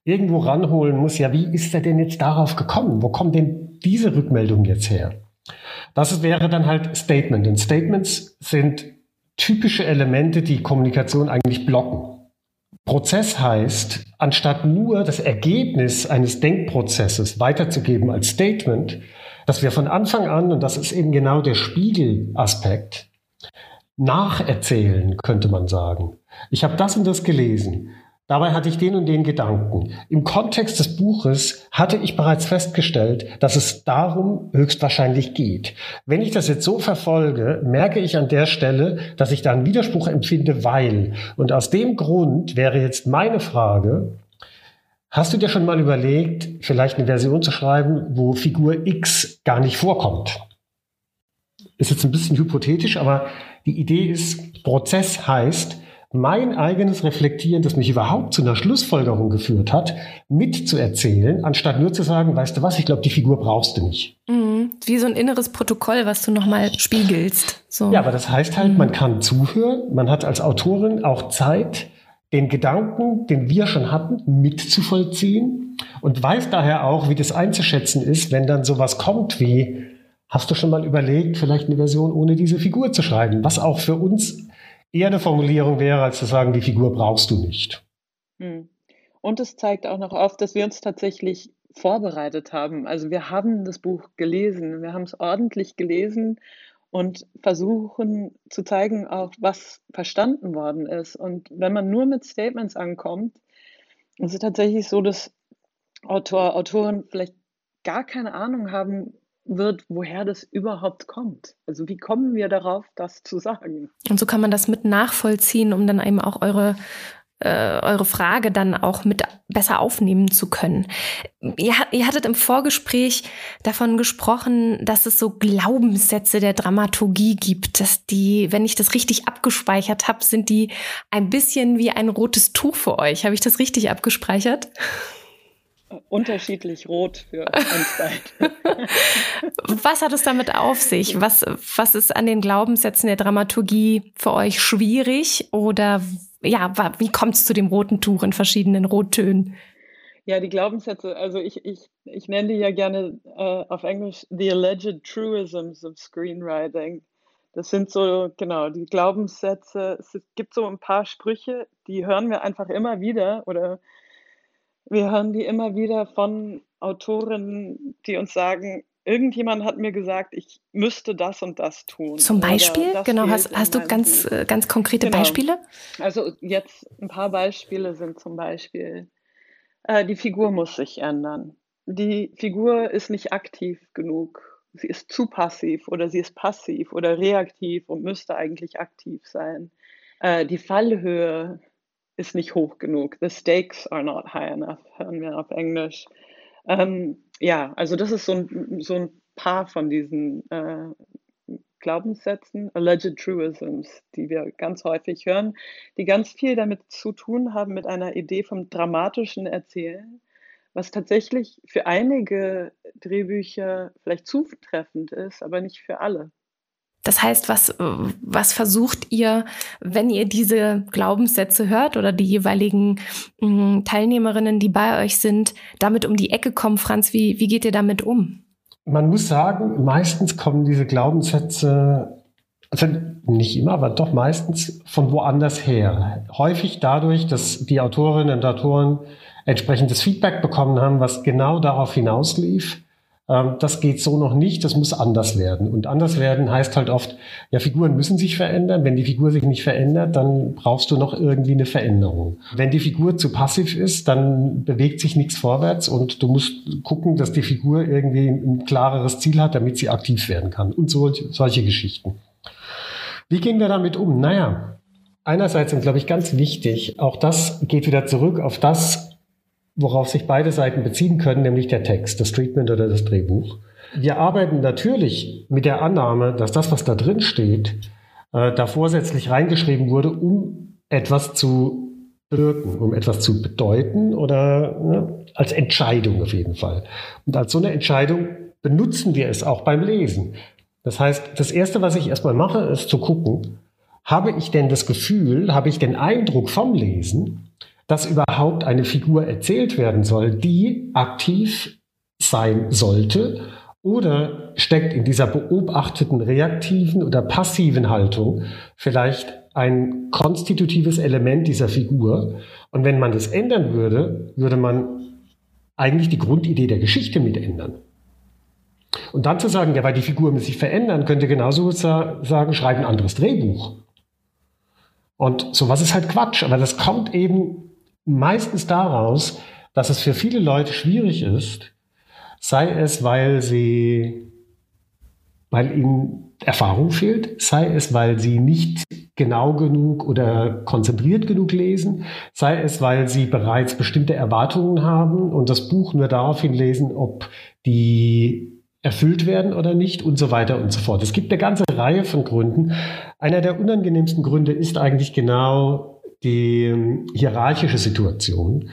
irgendwo ranholen muss, ja, wie ist er denn jetzt darauf gekommen? Wo kommt denn diese Rückmeldung jetzt her? Das wäre dann halt Statement. Und Statements sind typische Elemente, die Kommunikation eigentlich blocken. Prozess heißt, anstatt nur das Ergebnis eines Denkprozesses weiterzugeben als Statement, dass wir von Anfang an, und das ist eben genau der Spiegelaspekt, nacherzählen, könnte man sagen. Ich habe das und das gelesen. Dabei hatte ich den und den Gedanken. Im Kontext des Buches hatte ich bereits festgestellt, dass es darum höchstwahrscheinlich geht. Wenn ich das jetzt so verfolge, merke ich an der Stelle, dass ich da einen Widerspruch empfinde, weil. Und aus dem Grund wäre jetzt meine Frage, hast du dir schon mal überlegt, vielleicht eine Version zu schreiben, wo Figur X gar nicht vorkommt? Ist jetzt ein bisschen hypothetisch, aber die Idee ist, Prozess heißt, mein eigenes Reflektieren, das mich überhaupt zu einer Schlussfolgerung geführt hat, mitzuerzählen, anstatt nur zu sagen, weißt du was, ich glaube, die Figur brauchst du nicht. Wie so ein inneres Protokoll, was du nochmal spiegelst. So. Ja, aber das heißt halt, man kann zuhören, man hat als Autorin auch Zeit, den Gedanken, den wir schon hatten, mitzuvollziehen und weiß daher auch, wie das einzuschätzen ist, wenn dann sowas kommt wie, hast du schon mal überlegt, vielleicht eine Version ohne diese Figur zu schreiben, was auch für uns eher eine Formulierung wäre, als zu sagen, die Figur brauchst du nicht. Und es zeigt auch noch auf, dass wir uns tatsächlich vorbereitet haben. Also wir haben das Buch gelesen, wir haben es ordentlich gelesen und versuchen zu zeigen, auch was verstanden worden ist. Und wenn man nur mit Statements ankommt, ist es tatsächlich so, dass Autoren vielleicht gar keine Ahnung haben wird, woher das überhaupt kommt. Also wie kommen wir darauf, das zu sagen? Und so kann man das mit nachvollziehen, um dann eben auch eure Frage dann auch mit besser aufnehmen zu können. Ihr hattet im Vorgespräch davon gesprochen, dass es so Glaubenssätze der Dramaturgie gibt, dass die, wenn ich das richtig abgespeichert habe, sind die ein bisschen wie ein rotes Tuch für euch. Habe ich das richtig abgespeichert? Unterschiedlich rot für uns beide. Was hat es damit auf sich? Was ist an den Glaubenssätzen der Dramaturgie für euch schwierig? Oder ja, wie kommt es zu dem roten Tuch in verschiedenen Rottönen? Ja, die Glaubenssätze, also ich nenne die ja gerne auf Englisch the alleged truisms of screenwriting. Das sind so, genau, die Glaubenssätze. Es gibt so ein paar Sprüche, die hören wir einfach immer wieder oder wir hören die immer wieder von Autorinnen, die uns sagen, irgendjemand hat mir gesagt, ich müsste das und das tun. Zum Beispiel? Genau, hast du ganz konkrete Beispiele? Also jetzt ein paar Beispiele sind zum Beispiel, die Figur muss sich ändern. Die Figur ist nicht aktiv genug. Sie ist zu passiv oder sie ist passiv oder reaktiv und müsste eigentlich aktiv sein. Die Fallhöhe ist nicht hoch genug. The stakes are not high enough, hören wir auf Englisch. Ja, also das ist so ein paar von diesen Glaubenssätzen, alleged truisms, die wir ganz häufig hören, die ganz viel damit zu tun haben mit einer Idee vom dramatischen Erzählen, was tatsächlich für einige Drehbücher vielleicht zutreffend ist, aber nicht für alle. Das heißt, was versucht ihr, wenn ihr diese Glaubenssätze hört oder die jeweiligen Teilnehmerinnen, die bei euch sind, damit um die Ecke kommen? Franz, wie geht ihr damit um? Man muss sagen, meistens kommen diese Glaubenssätze, also nicht immer, aber doch meistens von woanders her. Häufig dadurch, dass die Autorinnen und Autoren entsprechendes Feedback bekommen haben, was genau darauf hinauslief. Das geht so noch nicht, das muss anders werden. Und anders werden heißt halt oft, ja, Figuren müssen sich verändern. Wenn die Figur sich nicht verändert, dann brauchst du noch irgendwie eine Veränderung. Wenn die Figur zu passiv ist, dann bewegt sich nichts vorwärts und du musst gucken, dass die Figur irgendwie ein klareres Ziel hat, damit sie aktiv werden kann. Und solche Geschichten. Wie gehen wir damit um? Naja, einerseits und glaube ich ganz wichtig, auch das geht wieder zurück auf das, worauf sich beide Seiten beziehen können, nämlich der Text, das Treatment oder das Drehbuch. Wir arbeiten natürlich mit der Annahme, dass das, was da drin steht, da vorsätzlich reingeschrieben wurde, um etwas zu bewirken, um etwas zu bedeuten oder als Entscheidung auf jeden Fall. Und als so eine Entscheidung benutzen wir es auch beim Lesen. Das heißt, das Erste, was ich erstmal mache, ist zu gucken, habe ich denn das Gefühl, habe ich den Eindruck vom Lesen, dass überhaupt eine Figur erzählt werden soll, die aktiv sein sollte, oder steckt in dieser beobachteten reaktiven oder passiven Haltung vielleicht ein konstitutives Element dieser Figur? Und wenn man das ändern würde, würde man eigentlich die Grundidee der Geschichte mit ändern. Und dann zu sagen, ja, weil die Figur muss sich verändern, könnte genauso sagen, schreib ein anderes Drehbuch. Und sowas ist halt Quatsch. Aber das kommt eben meistens daraus, dass es für viele Leute schwierig ist, sei es, weil ihnen Erfahrung fehlt, sei es, weil sie nicht genau genug oder konzentriert genug lesen, sei es, weil sie bereits bestimmte Erwartungen haben und das Buch nur daraufhin lesen, ob die erfüllt werden oder nicht und so weiter und so fort. Es gibt eine ganze Reihe von Gründen. Einer der unangenehmsten Gründe ist eigentlich genau die hierarchische Situation.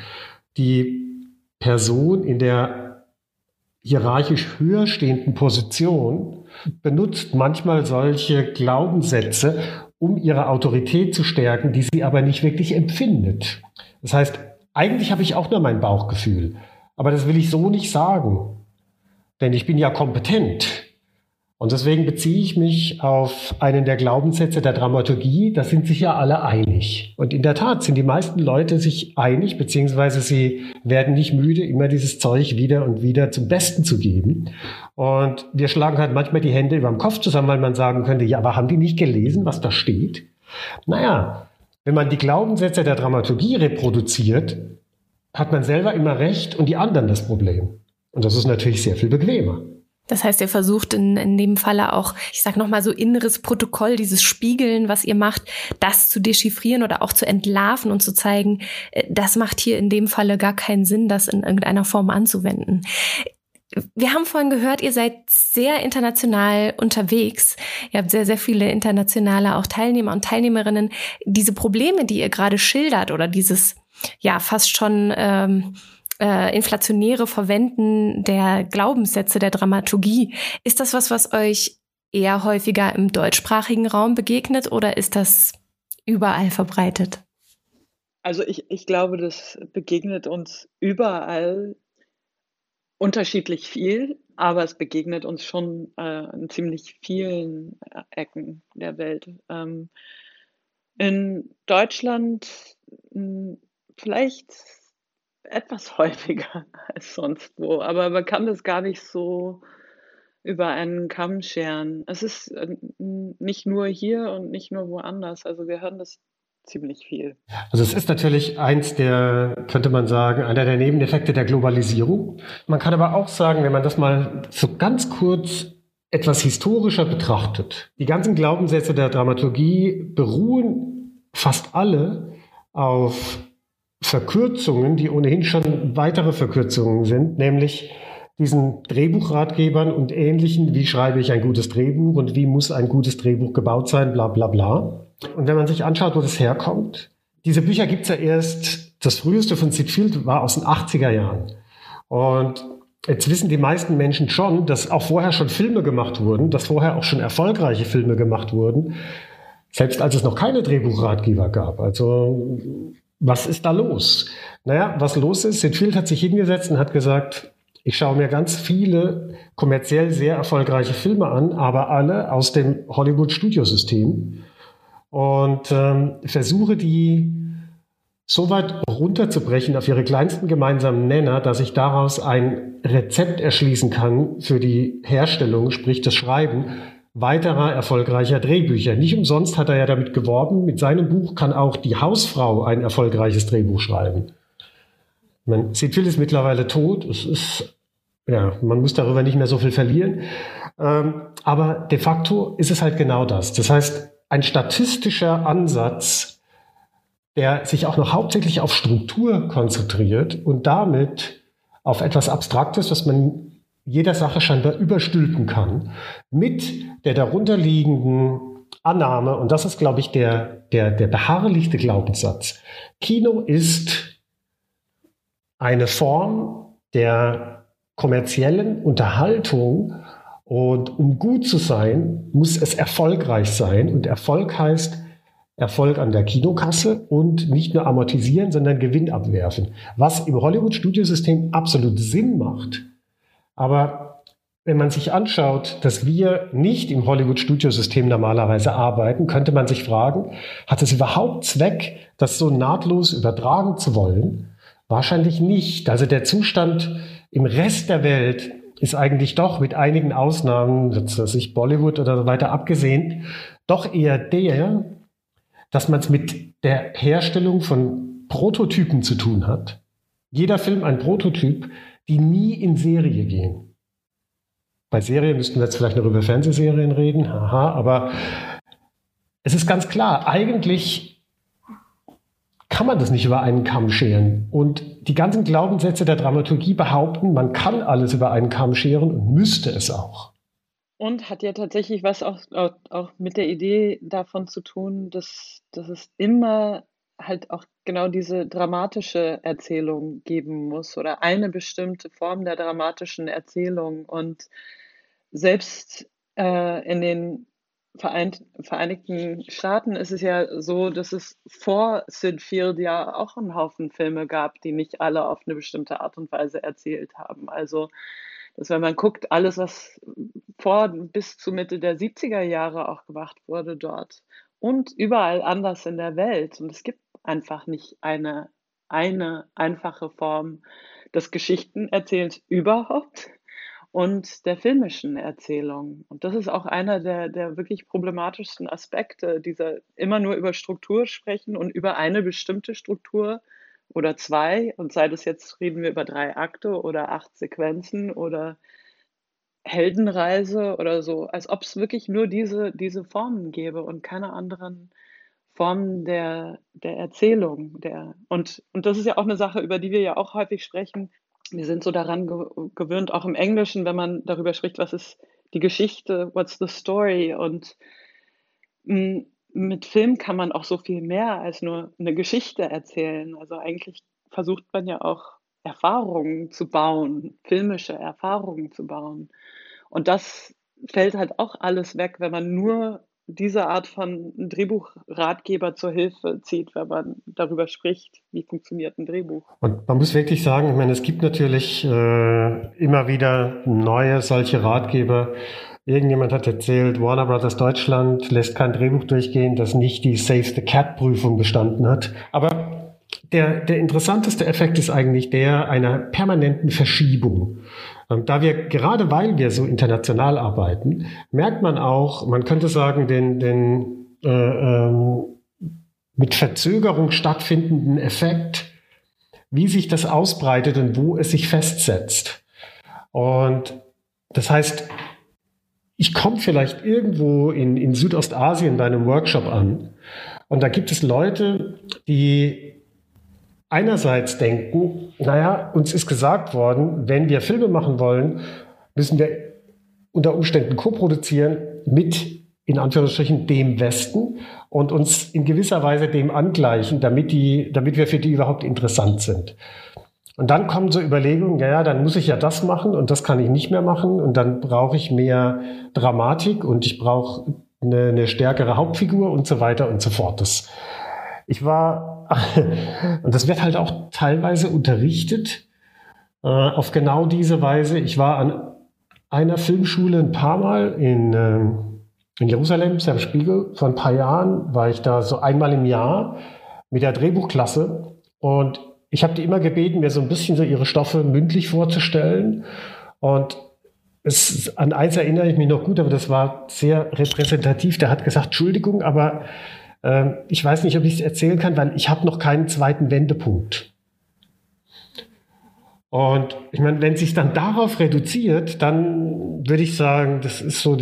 Die Person in der hierarchisch höher stehenden Position benutzt manchmal solche Glaubenssätze, um ihre Autorität zu stärken, die sie aber nicht wirklich empfindet. Das heißt, eigentlich habe ich auch nur mein Bauchgefühl, aber das will ich so nicht sagen, denn ich bin ja kompetent. Und deswegen beziehe ich mich auf einen der Glaubenssätze der Dramaturgie, da sind sich ja alle einig. Und in der Tat sind die meisten Leute sich einig, beziehungsweise sie werden nicht müde, immer dieses Zeug wieder und wieder zum Besten zu geben. Und wir schlagen halt manchmal die Hände über dem Kopf zusammen, weil man sagen könnte, ja, aber haben die nicht gelesen, was da steht? Naja, wenn man die Glaubenssätze der Dramaturgie reproduziert, hat man selber immer recht und die anderen das Problem. Und das ist natürlich sehr viel bequemer. Das heißt, ihr versucht in dem Falle auch, ich sag nochmal so inneres Protokoll, dieses Spiegeln, was ihr macht, das zu dechiffrieren oder auch zu entlarven und zu zeigen, das macht hier in dem Falle gar keinen Sinn, das in irgendeiner Form anzuwenden. Wir haben vorhin gehört, ihr seid sehr international unterwegs. Ihr habt sehr, sehr viele internationale auch Teilnehmer und Teilnehmerinnen. Diese Probleme, die ihr gerade schildert oder dieses ja fast schon inflationäre Verwenden der Glaubenssätze der Dramaturgie. Ist das was euch eher häufiger im deutschsprachigen Raum begegnet oder ist das überall verbreitet? Also ich glaube, das begegnet uns überall unterschiedlich viel, aber es begegnet uns schon in ziemlich vielen Ecken der Welt. In Deutschland vielleicht etwas häufiger als sonst wo, aber man kann das gar nicht so über einen Kamm scheren. Es ist nicht nur hier und nicht nur woanders, also wir hören das ziemlich viel. Also es ist natürlich könnte man sagen, einer der Nebeneffekte der Globalisierung. Man kann aber auch sagen, wenn man das mal so ganz kurz etwas historischer betrachtet, die ganzen Glaubenssätze der Dramaturgie beruhen fast alle auf Verkürzungen, die ohnehin schon weitere Verkürzungen sind, nämlich diesen Drehbuchratgebern und Ähnlichen, wie schreibe ich ein gutes Drehbuch und wie muss ein gutes Drehbuch gebaut sein, bla bla bla. Und wenn man sich anschaut, wo das herkommt, diese Bücher gibt es ja erst, das früheste von Sid Field war aus den 80er Jahren. Und jetzt wissen die meisten Menschen schon, dass auch vorher schon Filme gemacht wurden, dass vorher auch schon erfolgreiche Filme gemacht wurden, selbst als es noch keine Drehbuchratgeber gab. Also was ist da los? Naja, was los ist, Sid Field hat sich hingesetzt und hat gesagt, ich schaue mir ganz viele kommerziell sehr erfolgreiche Filme an, aber alle aus dem Hollywood-Studiosystem und versuche die so weit runterzubrechen auf ihre kleinsten gemeinsamen Nenner, dass ich daraus ein Rezept erschließen kann für die Herstellung, sprich das Schreiben weiterer erfolgreicher Drehbücher. Nicht umsonst hat er ja damit geworben, mit seinem Buch kann auch die Hausfrau ein erfolgreiches Drehbuch schreiben. Sid Field ist mittlerweile tot. Man muss darüber nicht mehr so viel verlieren. Aber de facto ist es halt genau das. Das heißt, ein statistischer Ansatz, der sich auch noch hauptsächlich auf Struktur konzentriert und damit auf etwas Abstraktes, was man jeder Sache scheinbar überstülpen kann, mit der darunterliegenden Annahme, und das ist, glaube ich, der beharrlichste Glaubenssatz. Kino ist eine Form der kommerziellen Unterhaltung und um gut zu sein, muss es erfolgreich sein. Und Erfolg heißt, Erfolg an der Kinokasse und nicht nur amortisieren, sondern Gewinn abwerfen. Was im Hollywood-Studiosystem absolut Sinn macht. Aber wenn man sich anschaut, dass wir nicht im Hollywood-Studiosystem normalerweise arbeiten, könnte man sich fragen, hat es überhaupt Zweck, das so nahtlos übertragen zu wollen? Wahrscheinlich nicht. Also der Zustand im Rest der Welt ist eigentlich doch mit einigen Ausnahmen, jetzt sich Bollywood oder so weiter abgesehen, doch eher der, dass man es mit der Herstellung von Prototypen zu tun hat. Jeder Film ein Prototyp, die nie in Serie gehen. Bei Serien müssten wir jetzt vielleicht noch über Fernsehserien reden, aber es ist ganz klar, eigentlich kann man das nicht über einen Kamm scheren. Und die ganzen Glaubenssätze der Dramaturgie behaupten, man kann alles über einen Kamm scheren und müsste es auch. Und hat ja tatsächlich was auch mit der Idee davon zu tun, dass es immer halt auch genau diese dramatische Erzählung geben muss oder eine bestimmte Form der dramatischen Erzählung. Und selbst in den Vereinigten Staaten ist es ja so, dass es vor Sid Field ja auch einen Haufen Filme gab, die nicht alle auf eine bestimmte Art und Weise erzählt haben. Also dass wenn man guckt, alles, was bis zu Mitte der 70er Jahre auch gemacht wurde dort und überall anders in der Welt. Und es gibt einfach nicht eine einfache Form des Geschichtenerzählens überhaupt und der filmischen Erzählung. Und das ist auch einer der wirklich problematischsten Aspekte, dieser immer nur über Struktur sprechen und über eine bestimmte Struktur oder zwei, und sei das jetzt, reden wir über 3 Akte oder 8 Sequenzen oder Heldenreise oder so, als ob es wirklich nur diese Formen gäbe und keine anderen Formen der Erzählung. Und das ist ja auch eine Sache, über die wir ja auch häufig sprechen. Wir sind so daran gewöhnt, auch im Englischen, wenn man darüber spricht, was ist die Geschichte, what's the story? Und mit Film kann man auch so viel mehr als nur eine Geschichte erzählen. Also eigentlich versucht man ja auch Erfahrungen zu bauen, filmische Erfahrungen zu bauen. Und das fällt halt auch alles weg, wenn man nur diese Art von Drehbuchratgeber zur Hilfe zieht, wenn man darüber spricht, wie funktioniert ein Drehbuch. Und man muss wirklich sagen, ich meine, es gibt natürlich immer wieder neue solche Ratgeber. Irgendjemand hat erzählt, Warner Brothers Deutschland lässt kein Drehbuch durchgehen, das nicht die Save the Cat-Prüfung bestanden hat. Aber der interessanteste Effekt ist eigentlich der einer permanenten Verschiebung. Da wir, gerade weil wir so international arbeiten, merkt man auch, man könnte sagen, den mit Verzögerung stattfindenden Effekt, wie sich das ausbreitet und wo es sich festsetzt. Und das heißt, ich komme vielleicht irgendwo in Südostasien bei einem Workshop an und da gibt es Leute, die einerseits denken, naja, uns ist gesagt worden, wenn wir Filme machen wollen, müssen wir unter Umständen koproduzieren mit, in Anführungsstrichen, dem Westen und uns in gewisser Weise dem angleichen, damit wir für die überhaupt interessant sind. Und dann kommen so Überlegungen, ja, dann muss ich ja das machen und das kann ich nicht mehr machen und dann brauche ich mehr Dramatik und ich brauche eine stärkere Hauptfigur und so weiter und so fort. Und das wird halt auch teilweise unterrichtet auf genau diese Weise. Ich war an einer Filmschule ein paar Mal in Jerusalem, Sam Spiegel. Vor ein paar Jahren war ich da so einmal im Jahr mit der Drehbuchklasse und ich habe die immer gebeten, mir so ein bisschen so ihre Stoffe mündlich vorzustellen. Und an eins erinnere ich mich noch gut, aber das war sehr repräsentativ. Der hat gesagt, Entschuldigung, aber ich weiß nicht, ob ich es erzählen kann, weil ich habe noch keinen zweiten Wendepunkt. Und ich meine, wenn es sich dann darauf reduziert, dann würde ich sagen, das ist so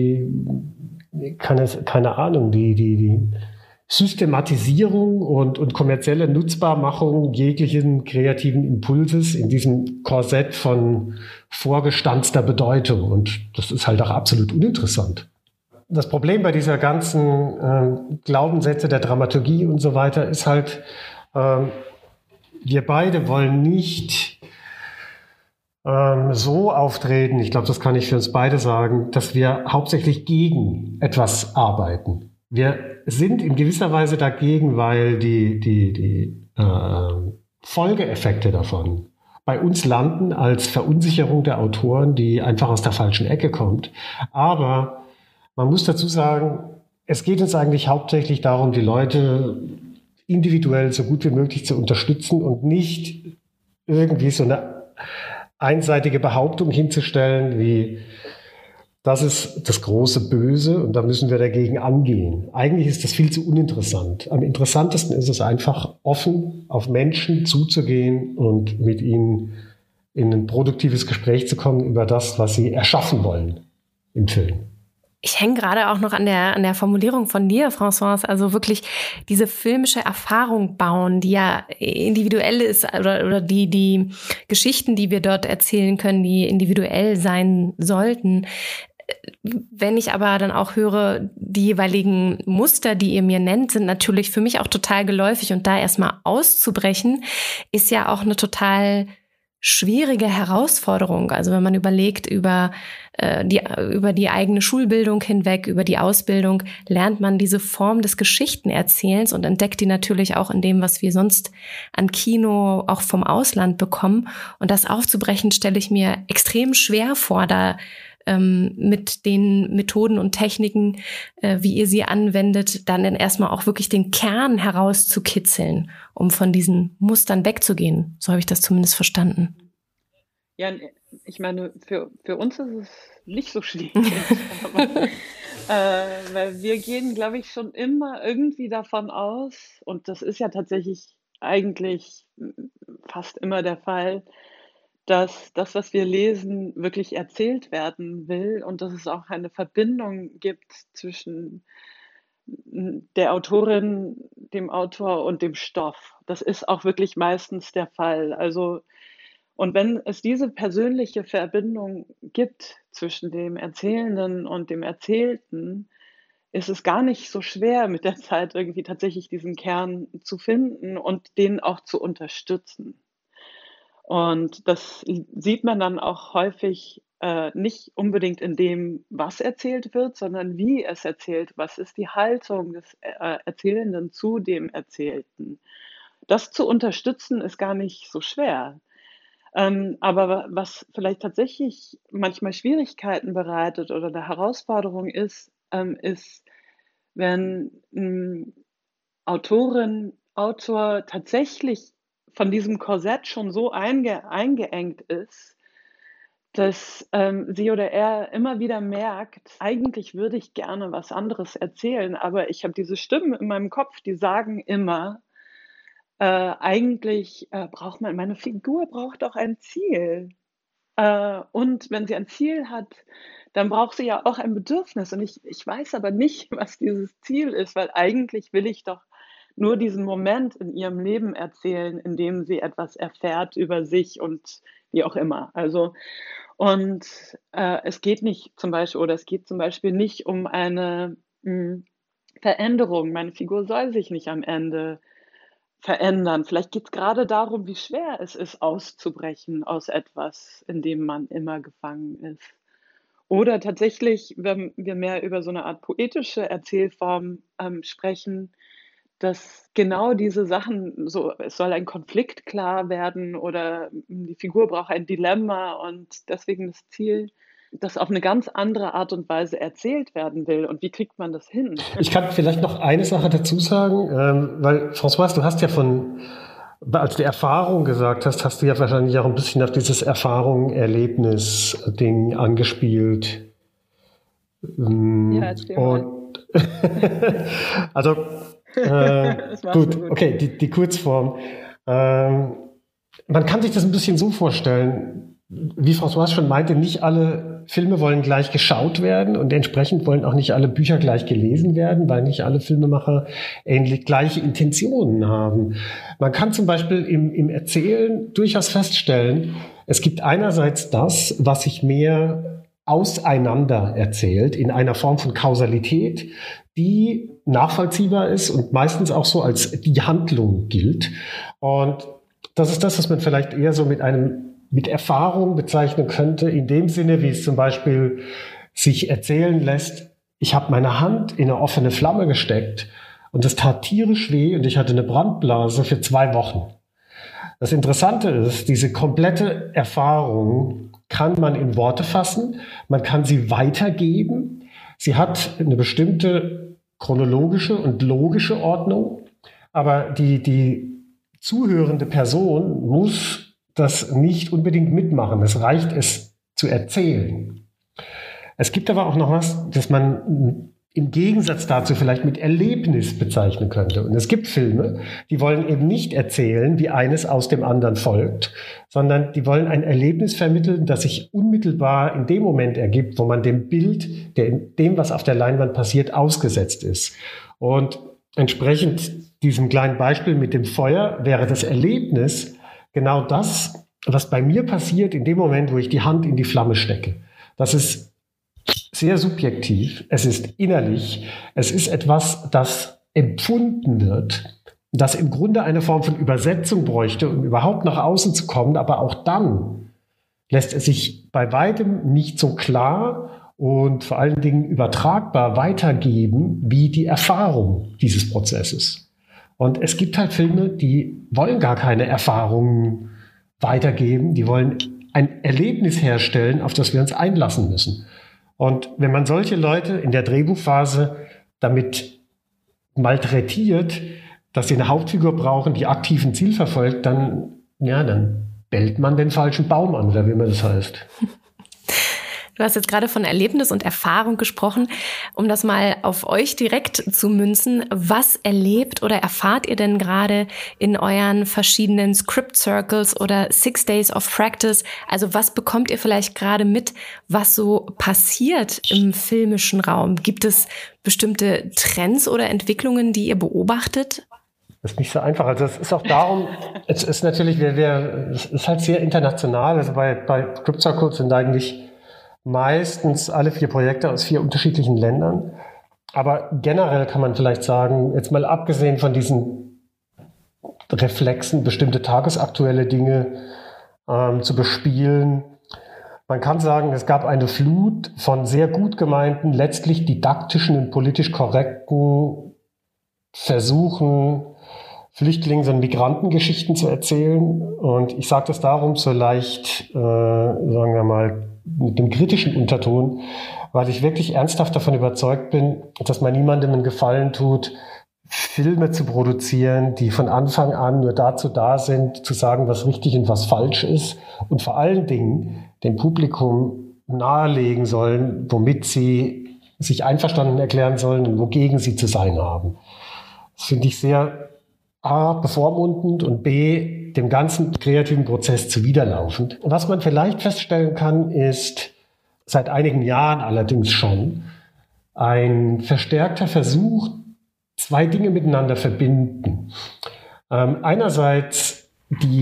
keine Ahnung, die Systematisierung und kommerzielle Nutzbarmachung jeglichen kreativen Impulses in diesem Korsett von vorgestanzter Bedeutung. Und das ist halt auch absolut uninteressant. Das Problem bei dieser ganzen Glaubenssätze der Dramaturgie und so weiter ist halt, wir beide wollen nicht so auftreten, ich glaube, das kann ich für uns beide sagen, dass wir hauptsächlich gegen etwas arbeiten. Wir sind in gewisser Weise dagegen, weil die Folgeeffekte davon bei uns landen als Verunsicherung der Autoren, die einfach aus der falschen Ecke kommt. Aber man muss dazu sagen, es geht uns eigentlich hauptsächlich darum, die Leute individuell so gut wie möglich zu unterstützen und nicht irgendwie so eine einseitige Behauptung hinzustellen, wie das ist das große Böse und da müssen wir dagegen angehen. Eigentlich ist das viel zu uninteressant. Am interessantesten ist es einfach, offen auf Menschen zuzugehen und mit ihnen in ein produktives Gespräch zu kommen über das, was sie erschaffen wollen im Film. Ich hänge gerade auch noch an der Formulierung von dir, Françoise, also wirklich diese filmische Erfahrung bauen, die ja individuell ist, oder die Geschichten, die wir dort erzählen können, die individuell sein sollten. Wenn ich aber dann auch höre, die jeweiligen Muster, die ihr mir nennt, sind natürlich für mich auch total geläufig, und da erstmal auszubrechen, ist ja auch eine total schwierige Herausforderung. Also wenn man überlegt, über die eigene Schulbildung hinweg, über die Ausbildung, lernt man diese Form des Geschichtenerzählens und entdeckt die natürlich auch in dem, was wir sonst an Kino auch vom Ausland bekommen. Und das aufzubrechen, stelle ich mir extrem schwer vor, da mit den Methoden und Techniken, wie ihr sie anwendet, dann erstmal auch wirklich den Kern herauszukitzeln, um von diesen Mustern wegzugehen. So habe ich das zumindest verstanden. Ja, ich meine, für uns ist es nicht so schwierig, weil wir gehen, glaube ich, schon immer irgendwie davon aus, und das ist ja tatsächlich eigentlich fast immer der Fall, dass das, was wir lesen, wirklich erzählt werden will und dass es auch eine Verbindung gibt zwischen der Autorin, dem Autor und dem Stoff. Das ist auch wirklich meistens der Fall. Also, und wenn es diese persönliche Verbindung gibt zwischen dem Erzählenden und dem Erzählten, ist es gar nicht so schwer, mit der Zeit irgendwie tatsächlich diesen Kern zu finden und den auch zu unterstützen. Und das sieht man dann auch häufig nicht unbedingt in dem, was erzählt wird, sondern wie es erzählt. Was ist die Haltung des Erzählenden zu dem Erzählten? Das zu unterstützen ist gar nicht so schwer. Aber was vielleicht tatsächlich manchmal Schwierigkeiten bereitet oder eine Herausforderung ist, ist, wenn Autorin, Autor tatsächlich von diesem Korsett schon so eingeengt ist, dass sie oder er immer wieder merkt, eigentlich würde ich gerne was anderes erzählen, aber ich habe diese Stimmen in meinem Kopf, die sagen immer, eigentlich braucht meine Figur braucht auch ein Ziel. Und wenn sie ein Ziel hat, dann braucht sie ja auch ein Bedürfnis. Und ich weiß aber nicht, was dieses Ziel ist, weil eigentlich will ich doch nur diesen Moment in ihrem Leben erzählen, in dem sie etwas erfährt über sich und wie auch immer. Also, und es geht zum Beispiel nicht um eine Veränderung. Meine Figur soll sich nicht am Ende verändern. Vielleicht geht es gerade darum, wie schwer es ist, auszubrechen aus etwas, in dem man immer gefangen ist. Oder tatsächlich, wenn wir mehr über so eine Art poetische Erzählform sprechen, dass genau diese Sachen, so es soll ein Konflikt klar werden oder die Figur braucht ein Dilemma und deswegen das Ziel, das auf eine ganz andere Art und Weise erzählt werden will. Und wie kriegt man das hin? Ich kann vielleicht noch eine Sache dazu sagen, weil Françoise, du hast ja als du Erfahrung gesagt hast, hast du ja wahrscheinlich auch ein bisschen auf dieses Erfahrung-Erlebnis-Ding angespielt. Ja, erzähl mal. Also, gut, okay, die Kurzform. Man kann sich das ein bisschen so vorstellen, wie Françoise schon meinte, nicht alle Filme wollen gleich geschaut werden und entsprechend wollen auch nicht alle Bücher gleich gelesen werden, weil nicht alle Filmemacher gleiche Intentionen haben. Man kann zum Beispiel im Erzählen durchaus feststellen, es gibt einerseits das, was sich mehr auseinander erzählt, in einer Form von Kausalität, die nachvollziehbar ist und meistens auch so als die Handlung gilt. Und das ist das, was man vielleicht eher so mit Erfahrung bezeichnen könnte, in dem Sinne, wie es zum Beispiel sich erzählen lässt, ich habe meine Hand in eine offene Flamme gesteckt und es tat tierisch weh und ich hatte eine Brandblase für 2 Wochen. Das Interessante ist, diese komplette Erfahrung kann man in Worte fassen, man kann sie weitergeben. Sie hat eine bestimmte chronologische und logische Ordnung, aber die zuhörende Person muss das nicht unbedingt mitmachen. Es reicht, es zu erzählen. Es gibt aber auch noch was, das man im Gegensatz dazu vielleicht mit Erlebnis bezeichnen könnte. Und es gibt Filme, die wollen eben nicht erzählen, wie eines aus dem anderen folgt, sondern die wollen ein Erlebnis vermitteln, das sich unmittelbar in dem Moment ergibt, wo man dem Bild, dem, was auf der Leinwand passiert, ausgesetzt ist. Und entsprechend diesem kleinen Beispiel mit dem Feuer wäre das Erlebnis genau das, was bei mir passiert in dem Moment, wo ich die Hand in die Flamme stecke. Das ist sehr subjektiv, es ist innerlich, es ist etwas, das empfunden wird, das im Grunde eine Form von Übersetzung bräuchte, um überhaupt nach außen zu kommen, aber auch dann lässt es sich bei weitem nicht so klar und vor allen Dingen übertragbar weitergeben wie die Erfahrung dieses Prozesses. Und es gibt halt Filme, die wollen gar keine Erfahrungen weitergeben, die wollen ein Erlebnis herstellen, auf das wir uns einlassen müssen. Und wenn man solche Leute in der Drehbuchphase damit malträtiert, dass sie eine Hauptfigur brauchen, die aktiv ein Ziel verfolgt, dann bellt man den falschen Baum an, oder wie man das heißt. Du hast jetzt gerade von Erlebnis und Erfahrung gesprochen. Um das mal auf euch direkt zu münzen, was erlebt oder erfahrt ihr denn gerade in euren verschiedenen Script Circles oder 6 Days of Practice? Also was bekommt ihr vielleicht gerade mit, was so passiert im filmischen Raum? Gibt es bestimmte Trends oder Entwicklungen, die ihr beobachtet? Das ist nicht so einfach. Also es ist auch darum, es ist natürlich, es ist halt sehr international. Also bei Script Circles sind eigentlich meistens alle 4 Projekte aus 4 unterschiedlichen Ländern. Aber generell kann man vielleicht sagen, jetzt mal abgesehen von diesen Reflexen, bestimmte tagesaktuelle Dinge zu bespielen, man kann sagen, es gab eine Flut von sehr gut gemeinten, letztlich didaktischen und politisch korrekten Versuchen, Flüchtlings- und Migrantengeschichten zu erzählen. Und ich sage das darum so leicht, sagen wir mal, mit dem kritischen Unterton, weil ich wirklich ernsthaft davon überzeugt bin, dass man niemandem einen Gefallen tut, Filme zu produzieren, die von Anfang an nur dazu da sind, zu sagen, was richtig und was falsch ist und vor allen Dingen dem Publikum nahelegen sollen, womit sie sich einverstanden erklären sollen und wogegen sie zu sein haben. Das finde ich sehr A, bevormundend und B, dem ganzen kreativen Prozess zuwiderlaufend. Was man vielleicht feststellen kann, ist seit einigen Jahren allerdings schon ein verstärkter Versuch, 2 Dinge miteinander verbinden. Einerseits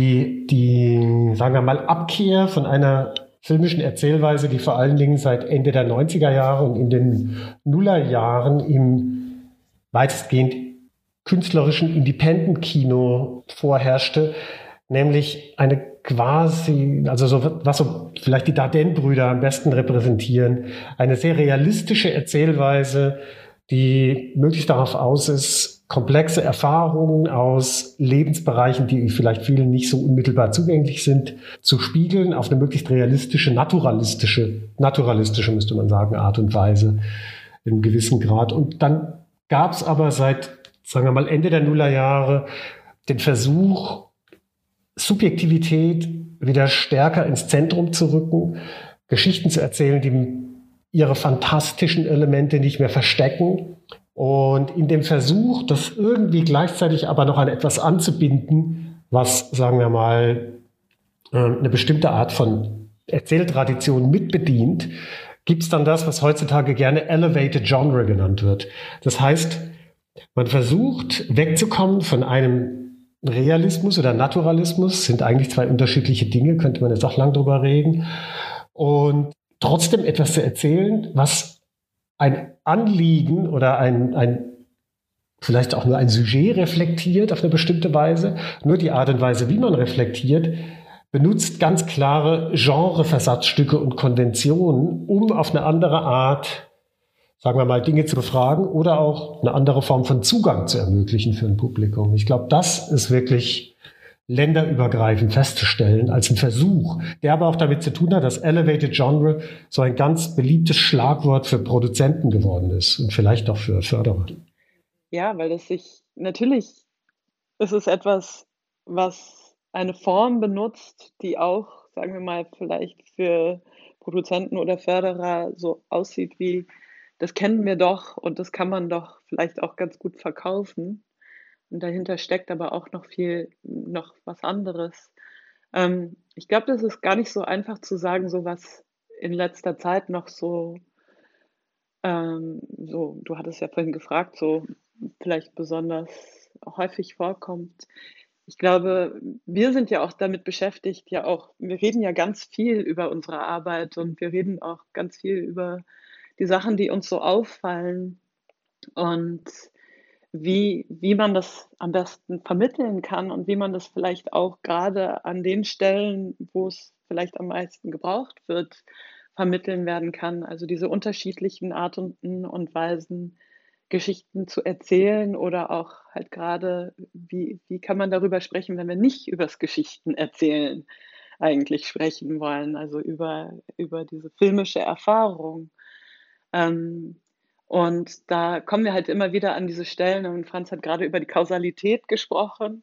die, sagen wir mal, Abkehr von einer filmischen Erzählweise, die vor allen Dingen seit Ende der 90er Jahre und in den Nullerjahren im weitestgehend künstlerischen Independent-Kino vorherrschte, nämlich eine quasi, also so, was so vielleicht die Dardenne-Brüder am besten repräsentieren, eine sehr realistische Erzählweise, die möglichst darauf aus ist, komplexe Erfahrungen aus Lebensbereichen, die vielleicht vielen nicht so unmittelbar zugänglich sind, zu spiegeln auf eine möglichst realistische, naturalistische müsste man sagen, Art und Weise in einem gewissen Grad. Und dann gab es aber seit, sagen wir mal, Ende der Nullerjahre den Versuch, Subjektivität wieder stärker ins Zentrum zu rücken, Geschichten zu erzählen, die ihre fantastischen Elemente nicht mehr verstecken. Und in dem Versuch, das irgendwie gleichzeitig aber noch an etwas anzubinden, was, sagen wir mal, eine bestimmte Art von Erzähltradition mitbedient, gibt es dann das, was heutzutage gerne Elevated Genre genannt wird. Das heißt, man versucht wegzukommen von einem Realismus oder Naturalismus, sind eigentlich 2 unterschiedliche Dinge, könnte man jetzt auch lang drüber reden, und trotzdem etwas zu erzählen, was ein Anliegen oder vielleicht auch nur ein Sujet reflektiert auf eine bestimmte Weise. Nur die Art und Weise, wie man reflektiert, benutzt ganz klare Genreversatzstücke und Konventionen, um auf eine andere Art sagen wir mal, Dinge zu befragen oder auch eine andere Form von Zugang zu ermöglichen für ein Publikum. Ich glaube, das ist wirklich länderübergreifend festzustellen als ein Versuch, der aber auch damit zu tun hat, dass Elevated Genre so ein ganz beliebtes Schlagwort für Produzenten geworden ist und vielleicht auch für Förderer. Ja, weil natürlich ist es etwas, was eine Form benutzt, die auch, sagen wir mal, vielleicht für Produzenten oder Förderer so aussieht wie, das kennen wir doch und das kann man doch vielleicht auch ganz gut verkaufen. Und dahinter steckt aber auch noch was anderes. Ich glaube, das ist gar nicht so einfach zu sagen, so was in letzter Zeit noch du hattest ja vorhin gefragt, so vielleicht besonders häufig vorkommt. Ich glaube, wir sind ja auch damit beschäftigt, wir reden ja ganz viel über unsere Arbeit und wir reden auch ganz viel über die Sachen, die uns so auffallen und wie man das am besten vermitteln kann und wie man das vielleicht auch gerade an den Stellen, wo es vielleicht am meisten gebraucht wird, vermitteln werden kann. Also diese unterschiedlichen Arten und Weisen, Geschichten zu erzählen oder auch halt gerade, wie kann man darüber sprechen, wenn wir nicht übers Geschichten erzählen eigentlich sprechen wollen, also über diese filmische Erfahrung. Und da kommen wir halt immer wieder an diese Stellen und Franz hat gerade über die Kausalität gesprochen,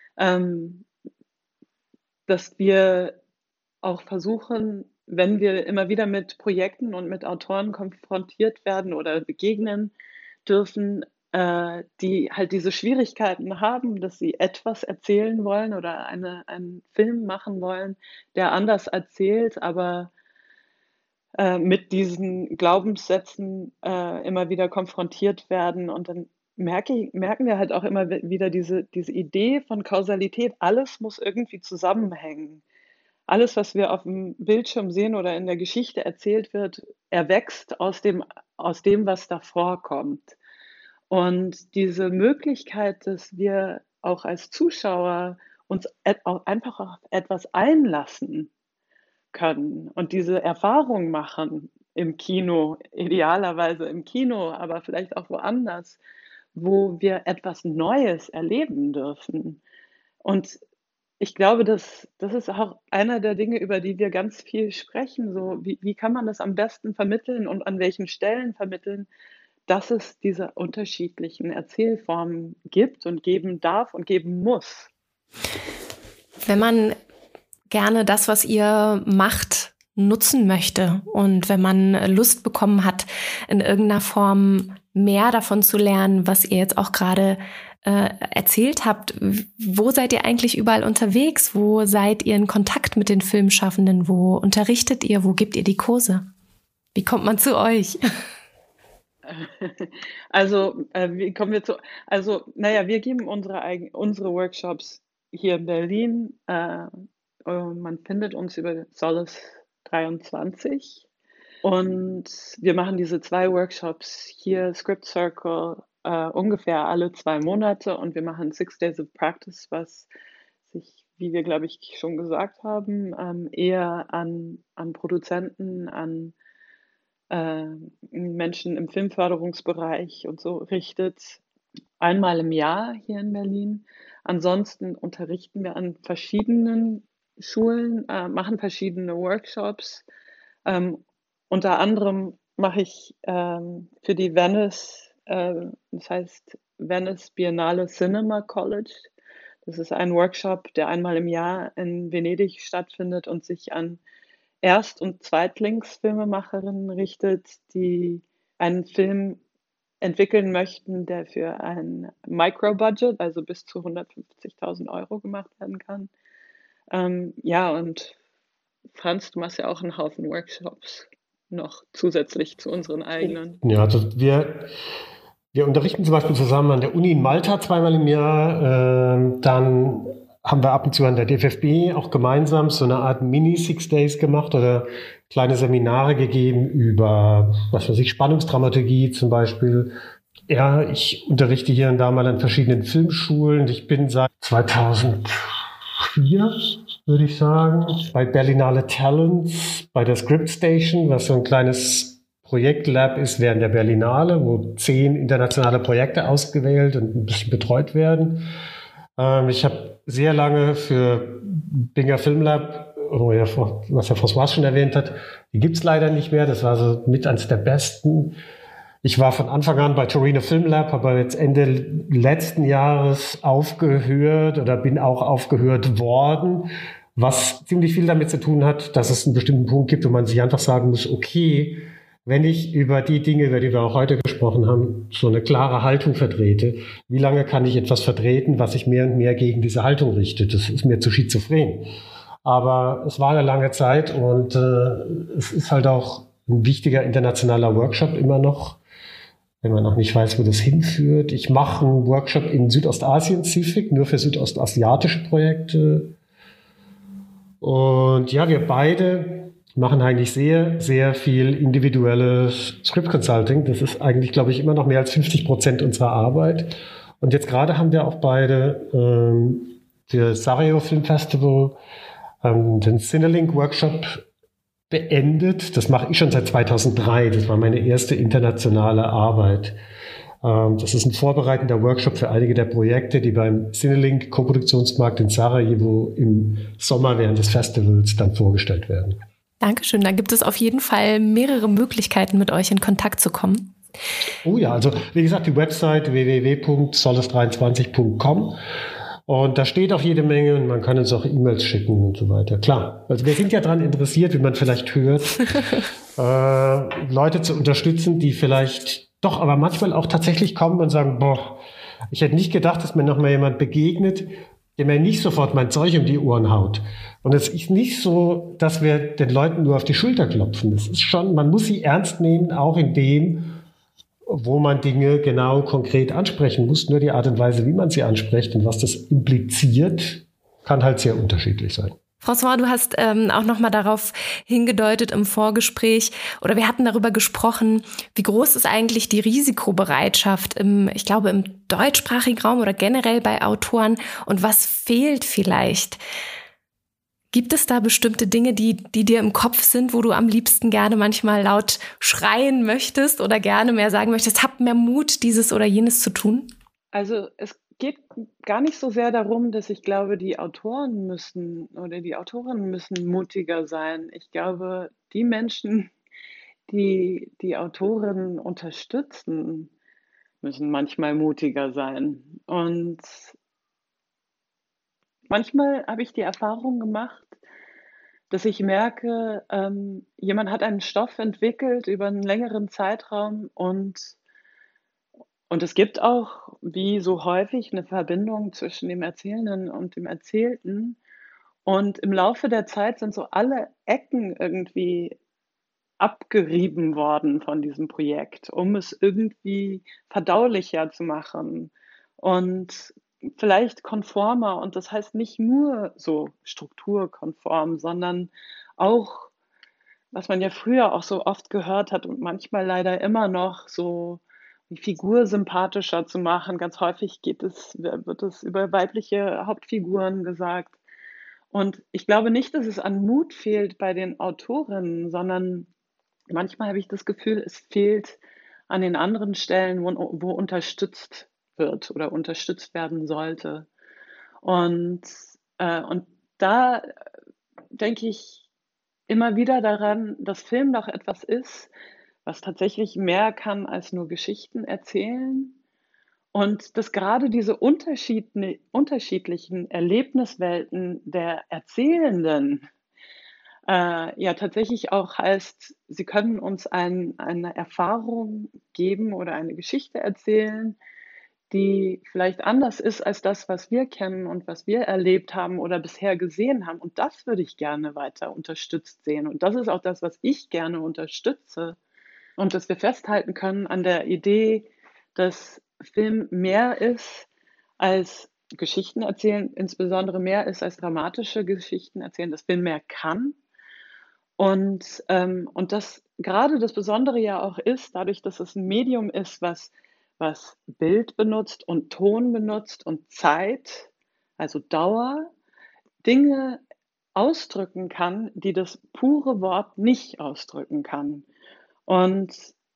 dass wir auch versuchen, wenn wir immer wieder mit Projekten und mit Autoren konfrontiert werden oder begegnen dürfen, die halt diese Schwierigkeiten haben, dass sie etwas erzählen wollen oder einen Film machen wollen, der anders erzählt, aber mit diesen Glaubenssätzen immer wieder konfrontiert werden. Und dann merken wir halt auch immer wieder diese Idee von Kausalität. Alles muss irgendwie zusammenhängen. Alles, was wir auf dem Bildschirm sehen oder in der Geschichte erzählt wird, erwächst aus dem, was davor kommt. Und diese Möglichkeit, dass wir auch als Zuschauer uns auch einfach auf etwas einlassen können und diese Erfahrung machen im Kino, idealerweise im Kino, aber vielleicht auch woanders, wo wir etwas Neues erleben dürfen. Und ich glaube, das ist auch einer der Dinge, über die wir ganz viel sprechen. So, wie kann man das am besten vermitteln und an welchen Stellen vermitteln, dass es diese unterschiedlichen Erzählformen gibt und geben darf und geben muss. Wenn man gerne das, was ihr macht, nutzen möchte und wenn man Lust bekommen hat, in irgendeiner Form mehr davon zu lernen, was ihr jetzt auch gerade erzählt habt, wo seid ihr eigentlich überall unterwegs? Wo seid ihr in Kontakt mit den Filmschaffenden? Wo unterrichtet ihr? Wo gebt ihr die Kurse? Wie kommt man zu euch? Also, wie kommen wir wir geben unsere Workshops hier in Berlin. Man findet uns über Solace 23 und wir machen diese 2 Workshops hier, Script Circle, ungefähr alle 2 Monate und wir machen 6 Days of Practice, was sich, wie wir, glaube ich, schon gesagt haben, eher an Produzenten, an Menschen im Filmförderungsbereich und so richtet, einmal im Jahr hier in Berlin. Ansonsten unterrichten wir an verschiedenen Schulen, machen verschiedene Workshops. Unter anderem mache ich für die Venice, das heißt Venice Biennale Cinema College. Das ist ein Workshop, der einmal im Jahr in Venedig stattfindet und sich an Erst- und Zweitlingsfilmemacherinnen richtet, die einen Film entwickeln möchten, der für ein Micro-Budget, also bis zu 150.000 Euro gemacht werden kann. Und Franz, du machst ja auch einen Haufen Workshops noch zusätzlich zu unseren eigenen. Ja, also wir unterrichten zum Beispiel zusammen an der Uni in Malta 2-mal im Jahr. Dann haben wir ab und zu an der DFFB auch gemeinsam so eine Art Mini-6 Days gemacht oder kleine Seminare gegeben über, Spannungsdramaturgie zum Beispiel. Ja, ich unterrichte hier und da mal an verschiedenen Filmschulen. Ich bin seit 2004, würde ich sagen, bei Berlinale Talents, bei der Script Station, was so ein kleines Projektlab ist während der Berlinale, wo 10 internationale Projekte ausgewählt und ein bisschen betreut werden. Ich habe sehr lange für Binger Filmlab, was Herr François schon erwähnt hat, die gibt's leider nicht mehr. Das war so mit eines der besten. Ich war von Anfang an bei Torino Film Lab, habe jetzt Ende letzten Jahres aufgehört oder bin auch aufgehört worden, was ziemlich viel damit zu tun hat, dass es einen bestimmten Punkt gibt, wo man sich einfach sagen muss, okay, wenn ich über die Dinge, über die wir auch heute gesprochen haben, so eine klare Haltung vertrete, wie lange kann ich etwas vertreten, was sich mehr und mehr gegen diese Haltung richtet? Das ist mir zu schizophren. Aber es war eine lange Zeit und es ist halt auch ein wichtiger internationaler Workshop immer noch, wenn man noch nicht weiß, wo das hinführt. Ich mache einen Workshop in Südostasien, CIFIC, nur für südostasiatische Projekte. Und ja, wir beide machen eigentlich sehr, sehr viel individuelles Script Consulting. Das ist eigentlich, glaube ich, immer noch mehr als 50% unserer Arbeit. Und jetzt gerade haben wir auch beide für Sarajevo Film Festival den Cinelink Workshop beendet. Das mache ich schon seit 2003. Das war meine erste internationale Arbeit. Das ist ein vorbereitender Workshop für einige der Projekte, die beim Cinelink Koproduktionsmarkt in Sarajevo im Sommer während des Festivals dann vorgestellt werden. Dankeschön. Da gibt es auf jeden Fall mehrere Möglichkeiten, mit euch in Kontakt zu kommen. Oh ja, also wie gesagt, die Website www.solis23.com. Und da steht auch jede Menge und man kann uns auch E-Mails schicken und so weiter. Klar, also wir sind ja daran interessiert, wie man vielleicht hört, Leute zu unterstützen, die vielleicht doch aber manchmal auch tatsächlich kommen und sagen, boah, ich hätte nicht gedacht, dass mir noch mal jemand begegnet, der mir nicht sofort mein Zeug um die Ohren haut. Und es ist nicht so, dass wir den Leuten nur auf die Schulter klopfen. Es ist schon, man muss sie ernst nehmen, auch in dem, wo man Dinge genau konkret ansprechen muss. Nur die Art und Weise, wie man sie anspricht und was das impliziert, kann halt sehr unterschiedlich sein. François, du hast auch nochmal darauf hingedeutet im Vorgespräch, oder wir hatten darüber gesprochen, wie groß ist eigentlich die Risikobereitschaft im deutschsprachigen Raum oder generell bei Autoren und was fehlt vielleicht? Gibt es da bestimmte Dinge, die dir im Kopf sind, wo du am liebsten gerne manchmal laut schreien möchtest oder gerne mehr sagen möchtest, hab mehr Mut, dieses oder jenes zu tun? Also es geht gar nicht so sehr darum, dass ich glaube, die Autoren müssen oder die Autorinnen müssen mutiger sein. Ich glaube, die Menschen, die die Autorinnen unterstützen, müssen manchmal mutiger sein. Und manchmal habe ich die Erfahrung gemacht, dass ich merke, jemand hat einen Stoff entwickelt über einen längeren Zeitraum und es gibt auch, wie so häufig, eine Verbindung zwischen dem Erzählenden und dem Erzählten. Und im Laufe der Zeit sind so alle Ecken irgendwie abgerieben worden von diesem Projekt, um es irgendwie verdaulicher zu machen und vielleicht konformer. Und das heißt nicht nur so strukturkonform, sondern auch, was man ja früher auch so oft gehört hat und manchmal leider immer noch, so die Figur sympathischer zu machen. Ganz häufig wird es über weibliche Hauptfiguren gesagt. Und ich glaube nicht, dass es an Mut fehlt bei den Autorinnen, sondern manchmal habe ich das Gefühl, es fehlt an den anderen Stellen, wo unterstützt wird oder unterstützt werden sollte. Und da denke ich immer wieder daran, dass Film doch etwas ist, was tatsächlich mehr kann als nur Geschichten erzählen. Und dass gerade diese unterschiedlichen Erlebniswelten der Erzählenden ja tatsächlich auch heißt, sie können uns eine Erfahrung geben oder eine Geschichte erzählen, die vielleicht anders ist als das, was wir kennen und was wir erlebt haben oder bisher gesehen haben. Und das würde ich gerne weiter unterstützt sehen. Und das ist auch das, was ich gerne unterstütze. Und dass wir festhalten können an der Idee, dass Film mehr ist als Geschichten erzählen, insbesondere mehr ist als dramatische Geschichten erzählen, dass Film mehr kann. Und das gerade das Besondere ja auch ist, dadurch, dass es ein Medium ist, was Bild benutzt und Ton benutzt und Zeit, also Dauer, Dinge ausdrücken kann, die das pure Wort nicht ausdrücken kann. Und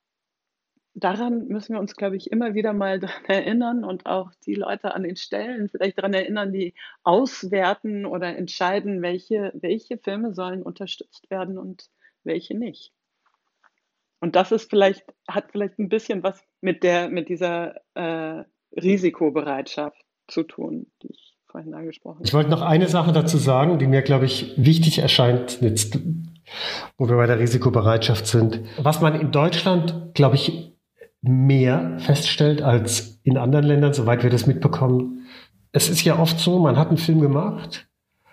daran müssen wir uns, glaube ich, immer wieder mal dran erinnern und auch die Leute an den Stellen vielleicht daran erinnern, die auswerten oder entscheiden, welche Filme sollen unterstützt werden und welche nicht. Und das hat vielleicht ein bisschen was mit dieser Risikobereitschaft zu tun, die ich vorhin angesprochen habe. Ich wollte noch eine Sache dazu sagen, die mir, glaube ich, wichtig erscheint, jetzt, wo wir bei der Risikobereitschaft sind. Was man in Deutschland, glaube ich, mehr feststellt als in anderen Ländern, soweit wir das mitbekommen. Es ist ja oft so, man hat einen Film gemacht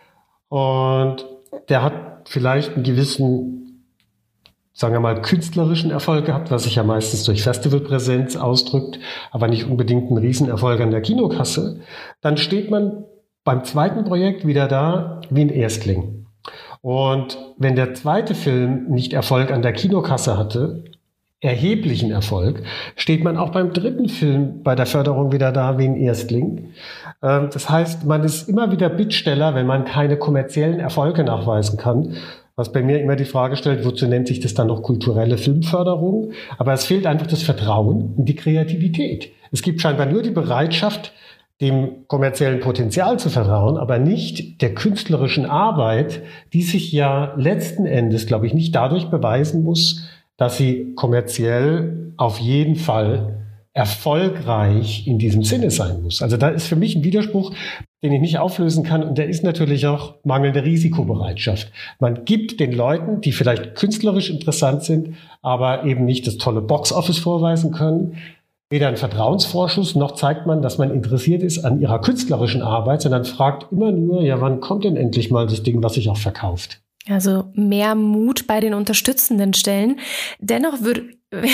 und der hat vielleicht einen gewissen, sagen wir mal, künstlerischen Erfolg gehabt, was sich ja meistens durch Festivalpräsenz ausdrückt, aber nicht unbedingt einen Riesenerfolg an der Kinokasse. Dann steht man beim zweiten Projekt wieder da wie ein Erstling. Und wenn der zweite Film nicht Erfolg an der Kinokasse hatte, erheblichen Erfolg, steht man auch beim dritten Film bei der Förderung wieder da wie ein Erstling. Das heißt, man ist immer wieder Bittsteller, wenn man keine kommerziellen Erfolge nachweisen kann. Was bei mir immer die Frage stellt, wozu nennt sich das dann noch kulturelle Filmförderung? Aber es fehlt einfach das Vertrauen und die Kreativität. Es gibt scheinbar nur die Bereitschaft, dem kommerziellen Potenzial zu vertrauen, aber nicht der künstlerischen Arbeit, die sich ja letzten Endes, glaube ich, nicht dadurch beweisen muss, dass sie kommerziell auf jeden Fall erfolgreich in diesem Sinne sein muss. Also da ist für mich ein Widerspruch, den ich nicht auflösen kann. Und der ist natürlich auch mangelnde Risikobereitschaft. Man gibt den Leuten, die vielleicht künstlerisch interessant sind, aber eben nicht das tolle Box-Office vorweisen können, weder einen Vertrauensvorschuss, noch zeigt man, dass man interessiert ist an ihrer künstlerischen Arbeit, sondern fragt immer nur, ja, wann kommt denn endlich mal das Ding, was sich auch verkauft? Also mehr Mut bei den unterstützenden Stellen. Dennoch würde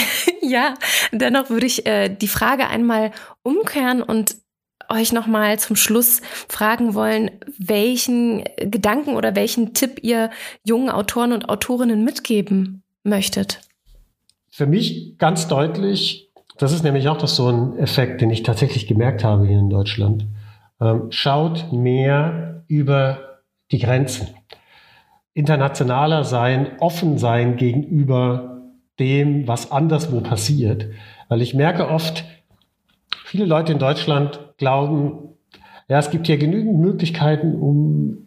ich die Frage einmal umkehren und euch nochmal zum Schluss fragen wollen, welchen Gedanken oder welchen Tipp ihr jungen Autoren und Autorinnen mitgeben möchtet. Für mich ganz deutlich, das ist nämlich auch so ein Effekt, den ich tatsächlich gemerkt habe hier in Deutschland. Schaut mehr über die Grenzen. Internationaler sein, offen sein gegenüber dem, was anderswo passiert. Weil ich merke oft, viele Leute in Deutschland glauben, ja, es gibt hier genügend Möglichkeiten, um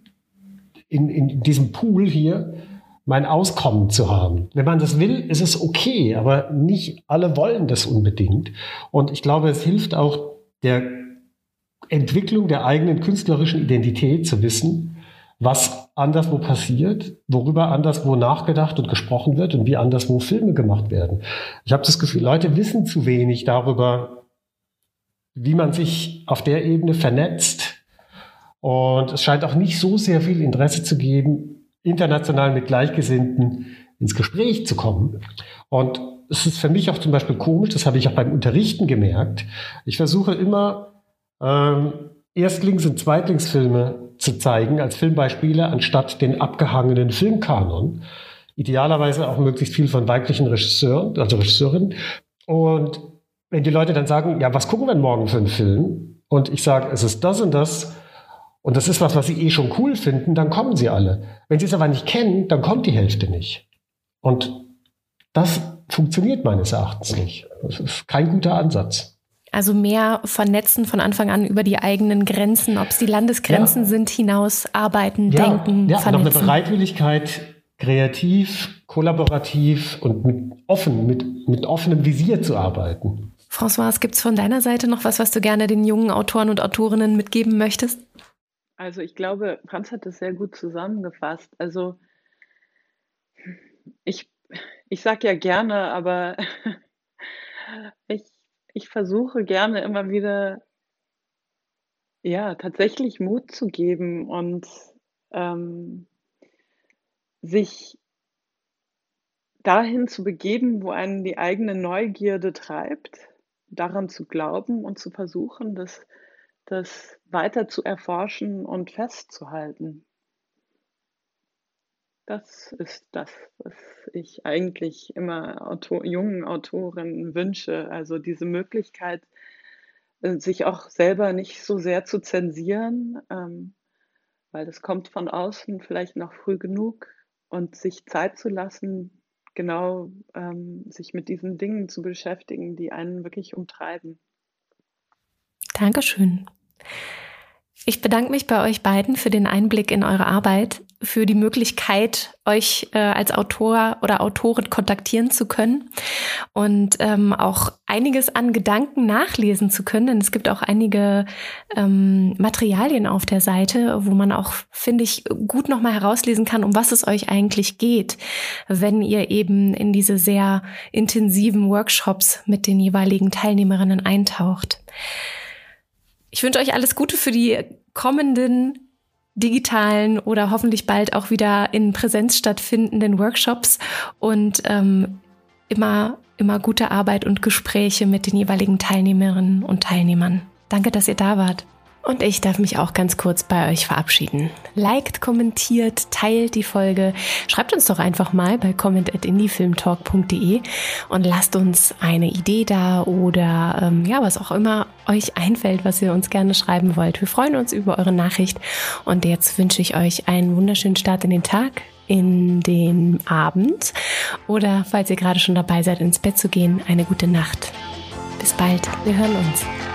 in diesem Pool hier mein Auskommen zu haben. Wenn man das will, ist es okay, aber nicht alle wollen das unbedingt. Und ich glaube, es hilft auch der Entwicklung der eigenen künstlerischen Identität zu wissen, was anderswo passiert, worüber anderswo nachgedacht und gesprochen wird und wie anderswo Filme gemacht werden. Ich habe das Gefühl, Leute wissen zu wenig darüber, wie man sich auf der Ebene vernetzt. Und es scheint auch nicht so sehr viel Interesse zu geben, international mit Gleichgesinnten ins Gespräch zu kommen. Und es ist für mich auch zum Beispiel komisch, das habe ich auch beim Unterrichten gemerkt. Ich versuche immer, Erstlings- und Zweitlingsfilme zu zeigen als Filmbeispiele, anstatt den abgehangenen Filmkanon. Idealerweise auch möglichst viel von weiblichen Regisseuren, also Regisseurinnen. Und wenn die Leute dann sagen, ja, was gucken wir denn morgen für einen Film? Und ich sage, es ist das und das ist was sie eh schon cool finden, dann kommen sie alle. Wenn sie es aber nicht kennen, dann kommt die Hälfte nicht. Und das funktioniert meines Erachtens nicht. Das ist kein guter Ansatz. Also mehr vernetzen von Anfang an über die eigenen Grenzen, ob es die Landesgrenzen sind, hinaus arbeiten, denken, vernetzen. Noch eine Bereitwilligkeit, kreativ, kollaborativ und mit offenem Visier zu arbeiten. Françoise, gibt es von deiner Seite noch was du gerne den jungen Autoren und Autorinnen mitgeben möchtest? Also ich glaube, Franz hat das sehr gut zusammengefasst. Also ich sage ja gerne, aber ich versuche gerne immer wieder, ja, tatsächlich Mut zu geben und sich dahin zu begeben, wo einen die eigene Neugierde treibt, daran zu glauben und zu versuchen, das weiter zu erforschen und festzuhalten. Das ist das, was ich eigentlich immer jungen Autoren wünsche. Also diese Möglichkeit, sich auch selber nicht so sehr zu zensieren, weil das kommt von außen vielleicht noch früh genug und sich Zeit zu lassen, genau sich mit diesen Dingen zu beschäftigen, die einen wirklich umtreiben. Dankeschön. Ich bedanke mich bei euch beiden für den Einblick in eure Arbeit, für die Möglichkeit, euch als Autor oder Autorin kontaktieren zu können und auch einiges an Gedanken nachlesen zu können. Denn es gibt auch einige Materialien auf der Seite, wo man auch, finde ich, gut nochmal herauslesen kann, um was es euch eigentlich geht, wenn ihr eben in diese sehr intensiven Workshops mit den jeweiligen Teilnehmerinnen eintaucht. Ich wünsche euch alles Gute für die kommenden digitalen oder hoffentlich bald auch wieder in Präsenz stattfindenden Workshops und immer gute Arbeit und Gespräche mit den jeweiligen Teilnehmerinnen und Teilnehmern. Danke, dass ihr da wart. Und ich darf mich auch ganz kurz bei euch verabschieden. Liked, kommentiert, teilt die Folge. Schreibt uns doch einfach mal bei comment@indiefilmtalk.de und lasst uns eine Idee da oder was auch immer euch einfällt, was ihr uns gerne schreiben wollt. Wir freuen uns über eure Nachricht und jetzt wünsche ich euch einen wunderschönen Start in den Tag, in den Abend oder falls ihr gerade schon dabei seid, ins Bett zu gehen, eine gute Nacht. Bis bald, wir hören uns.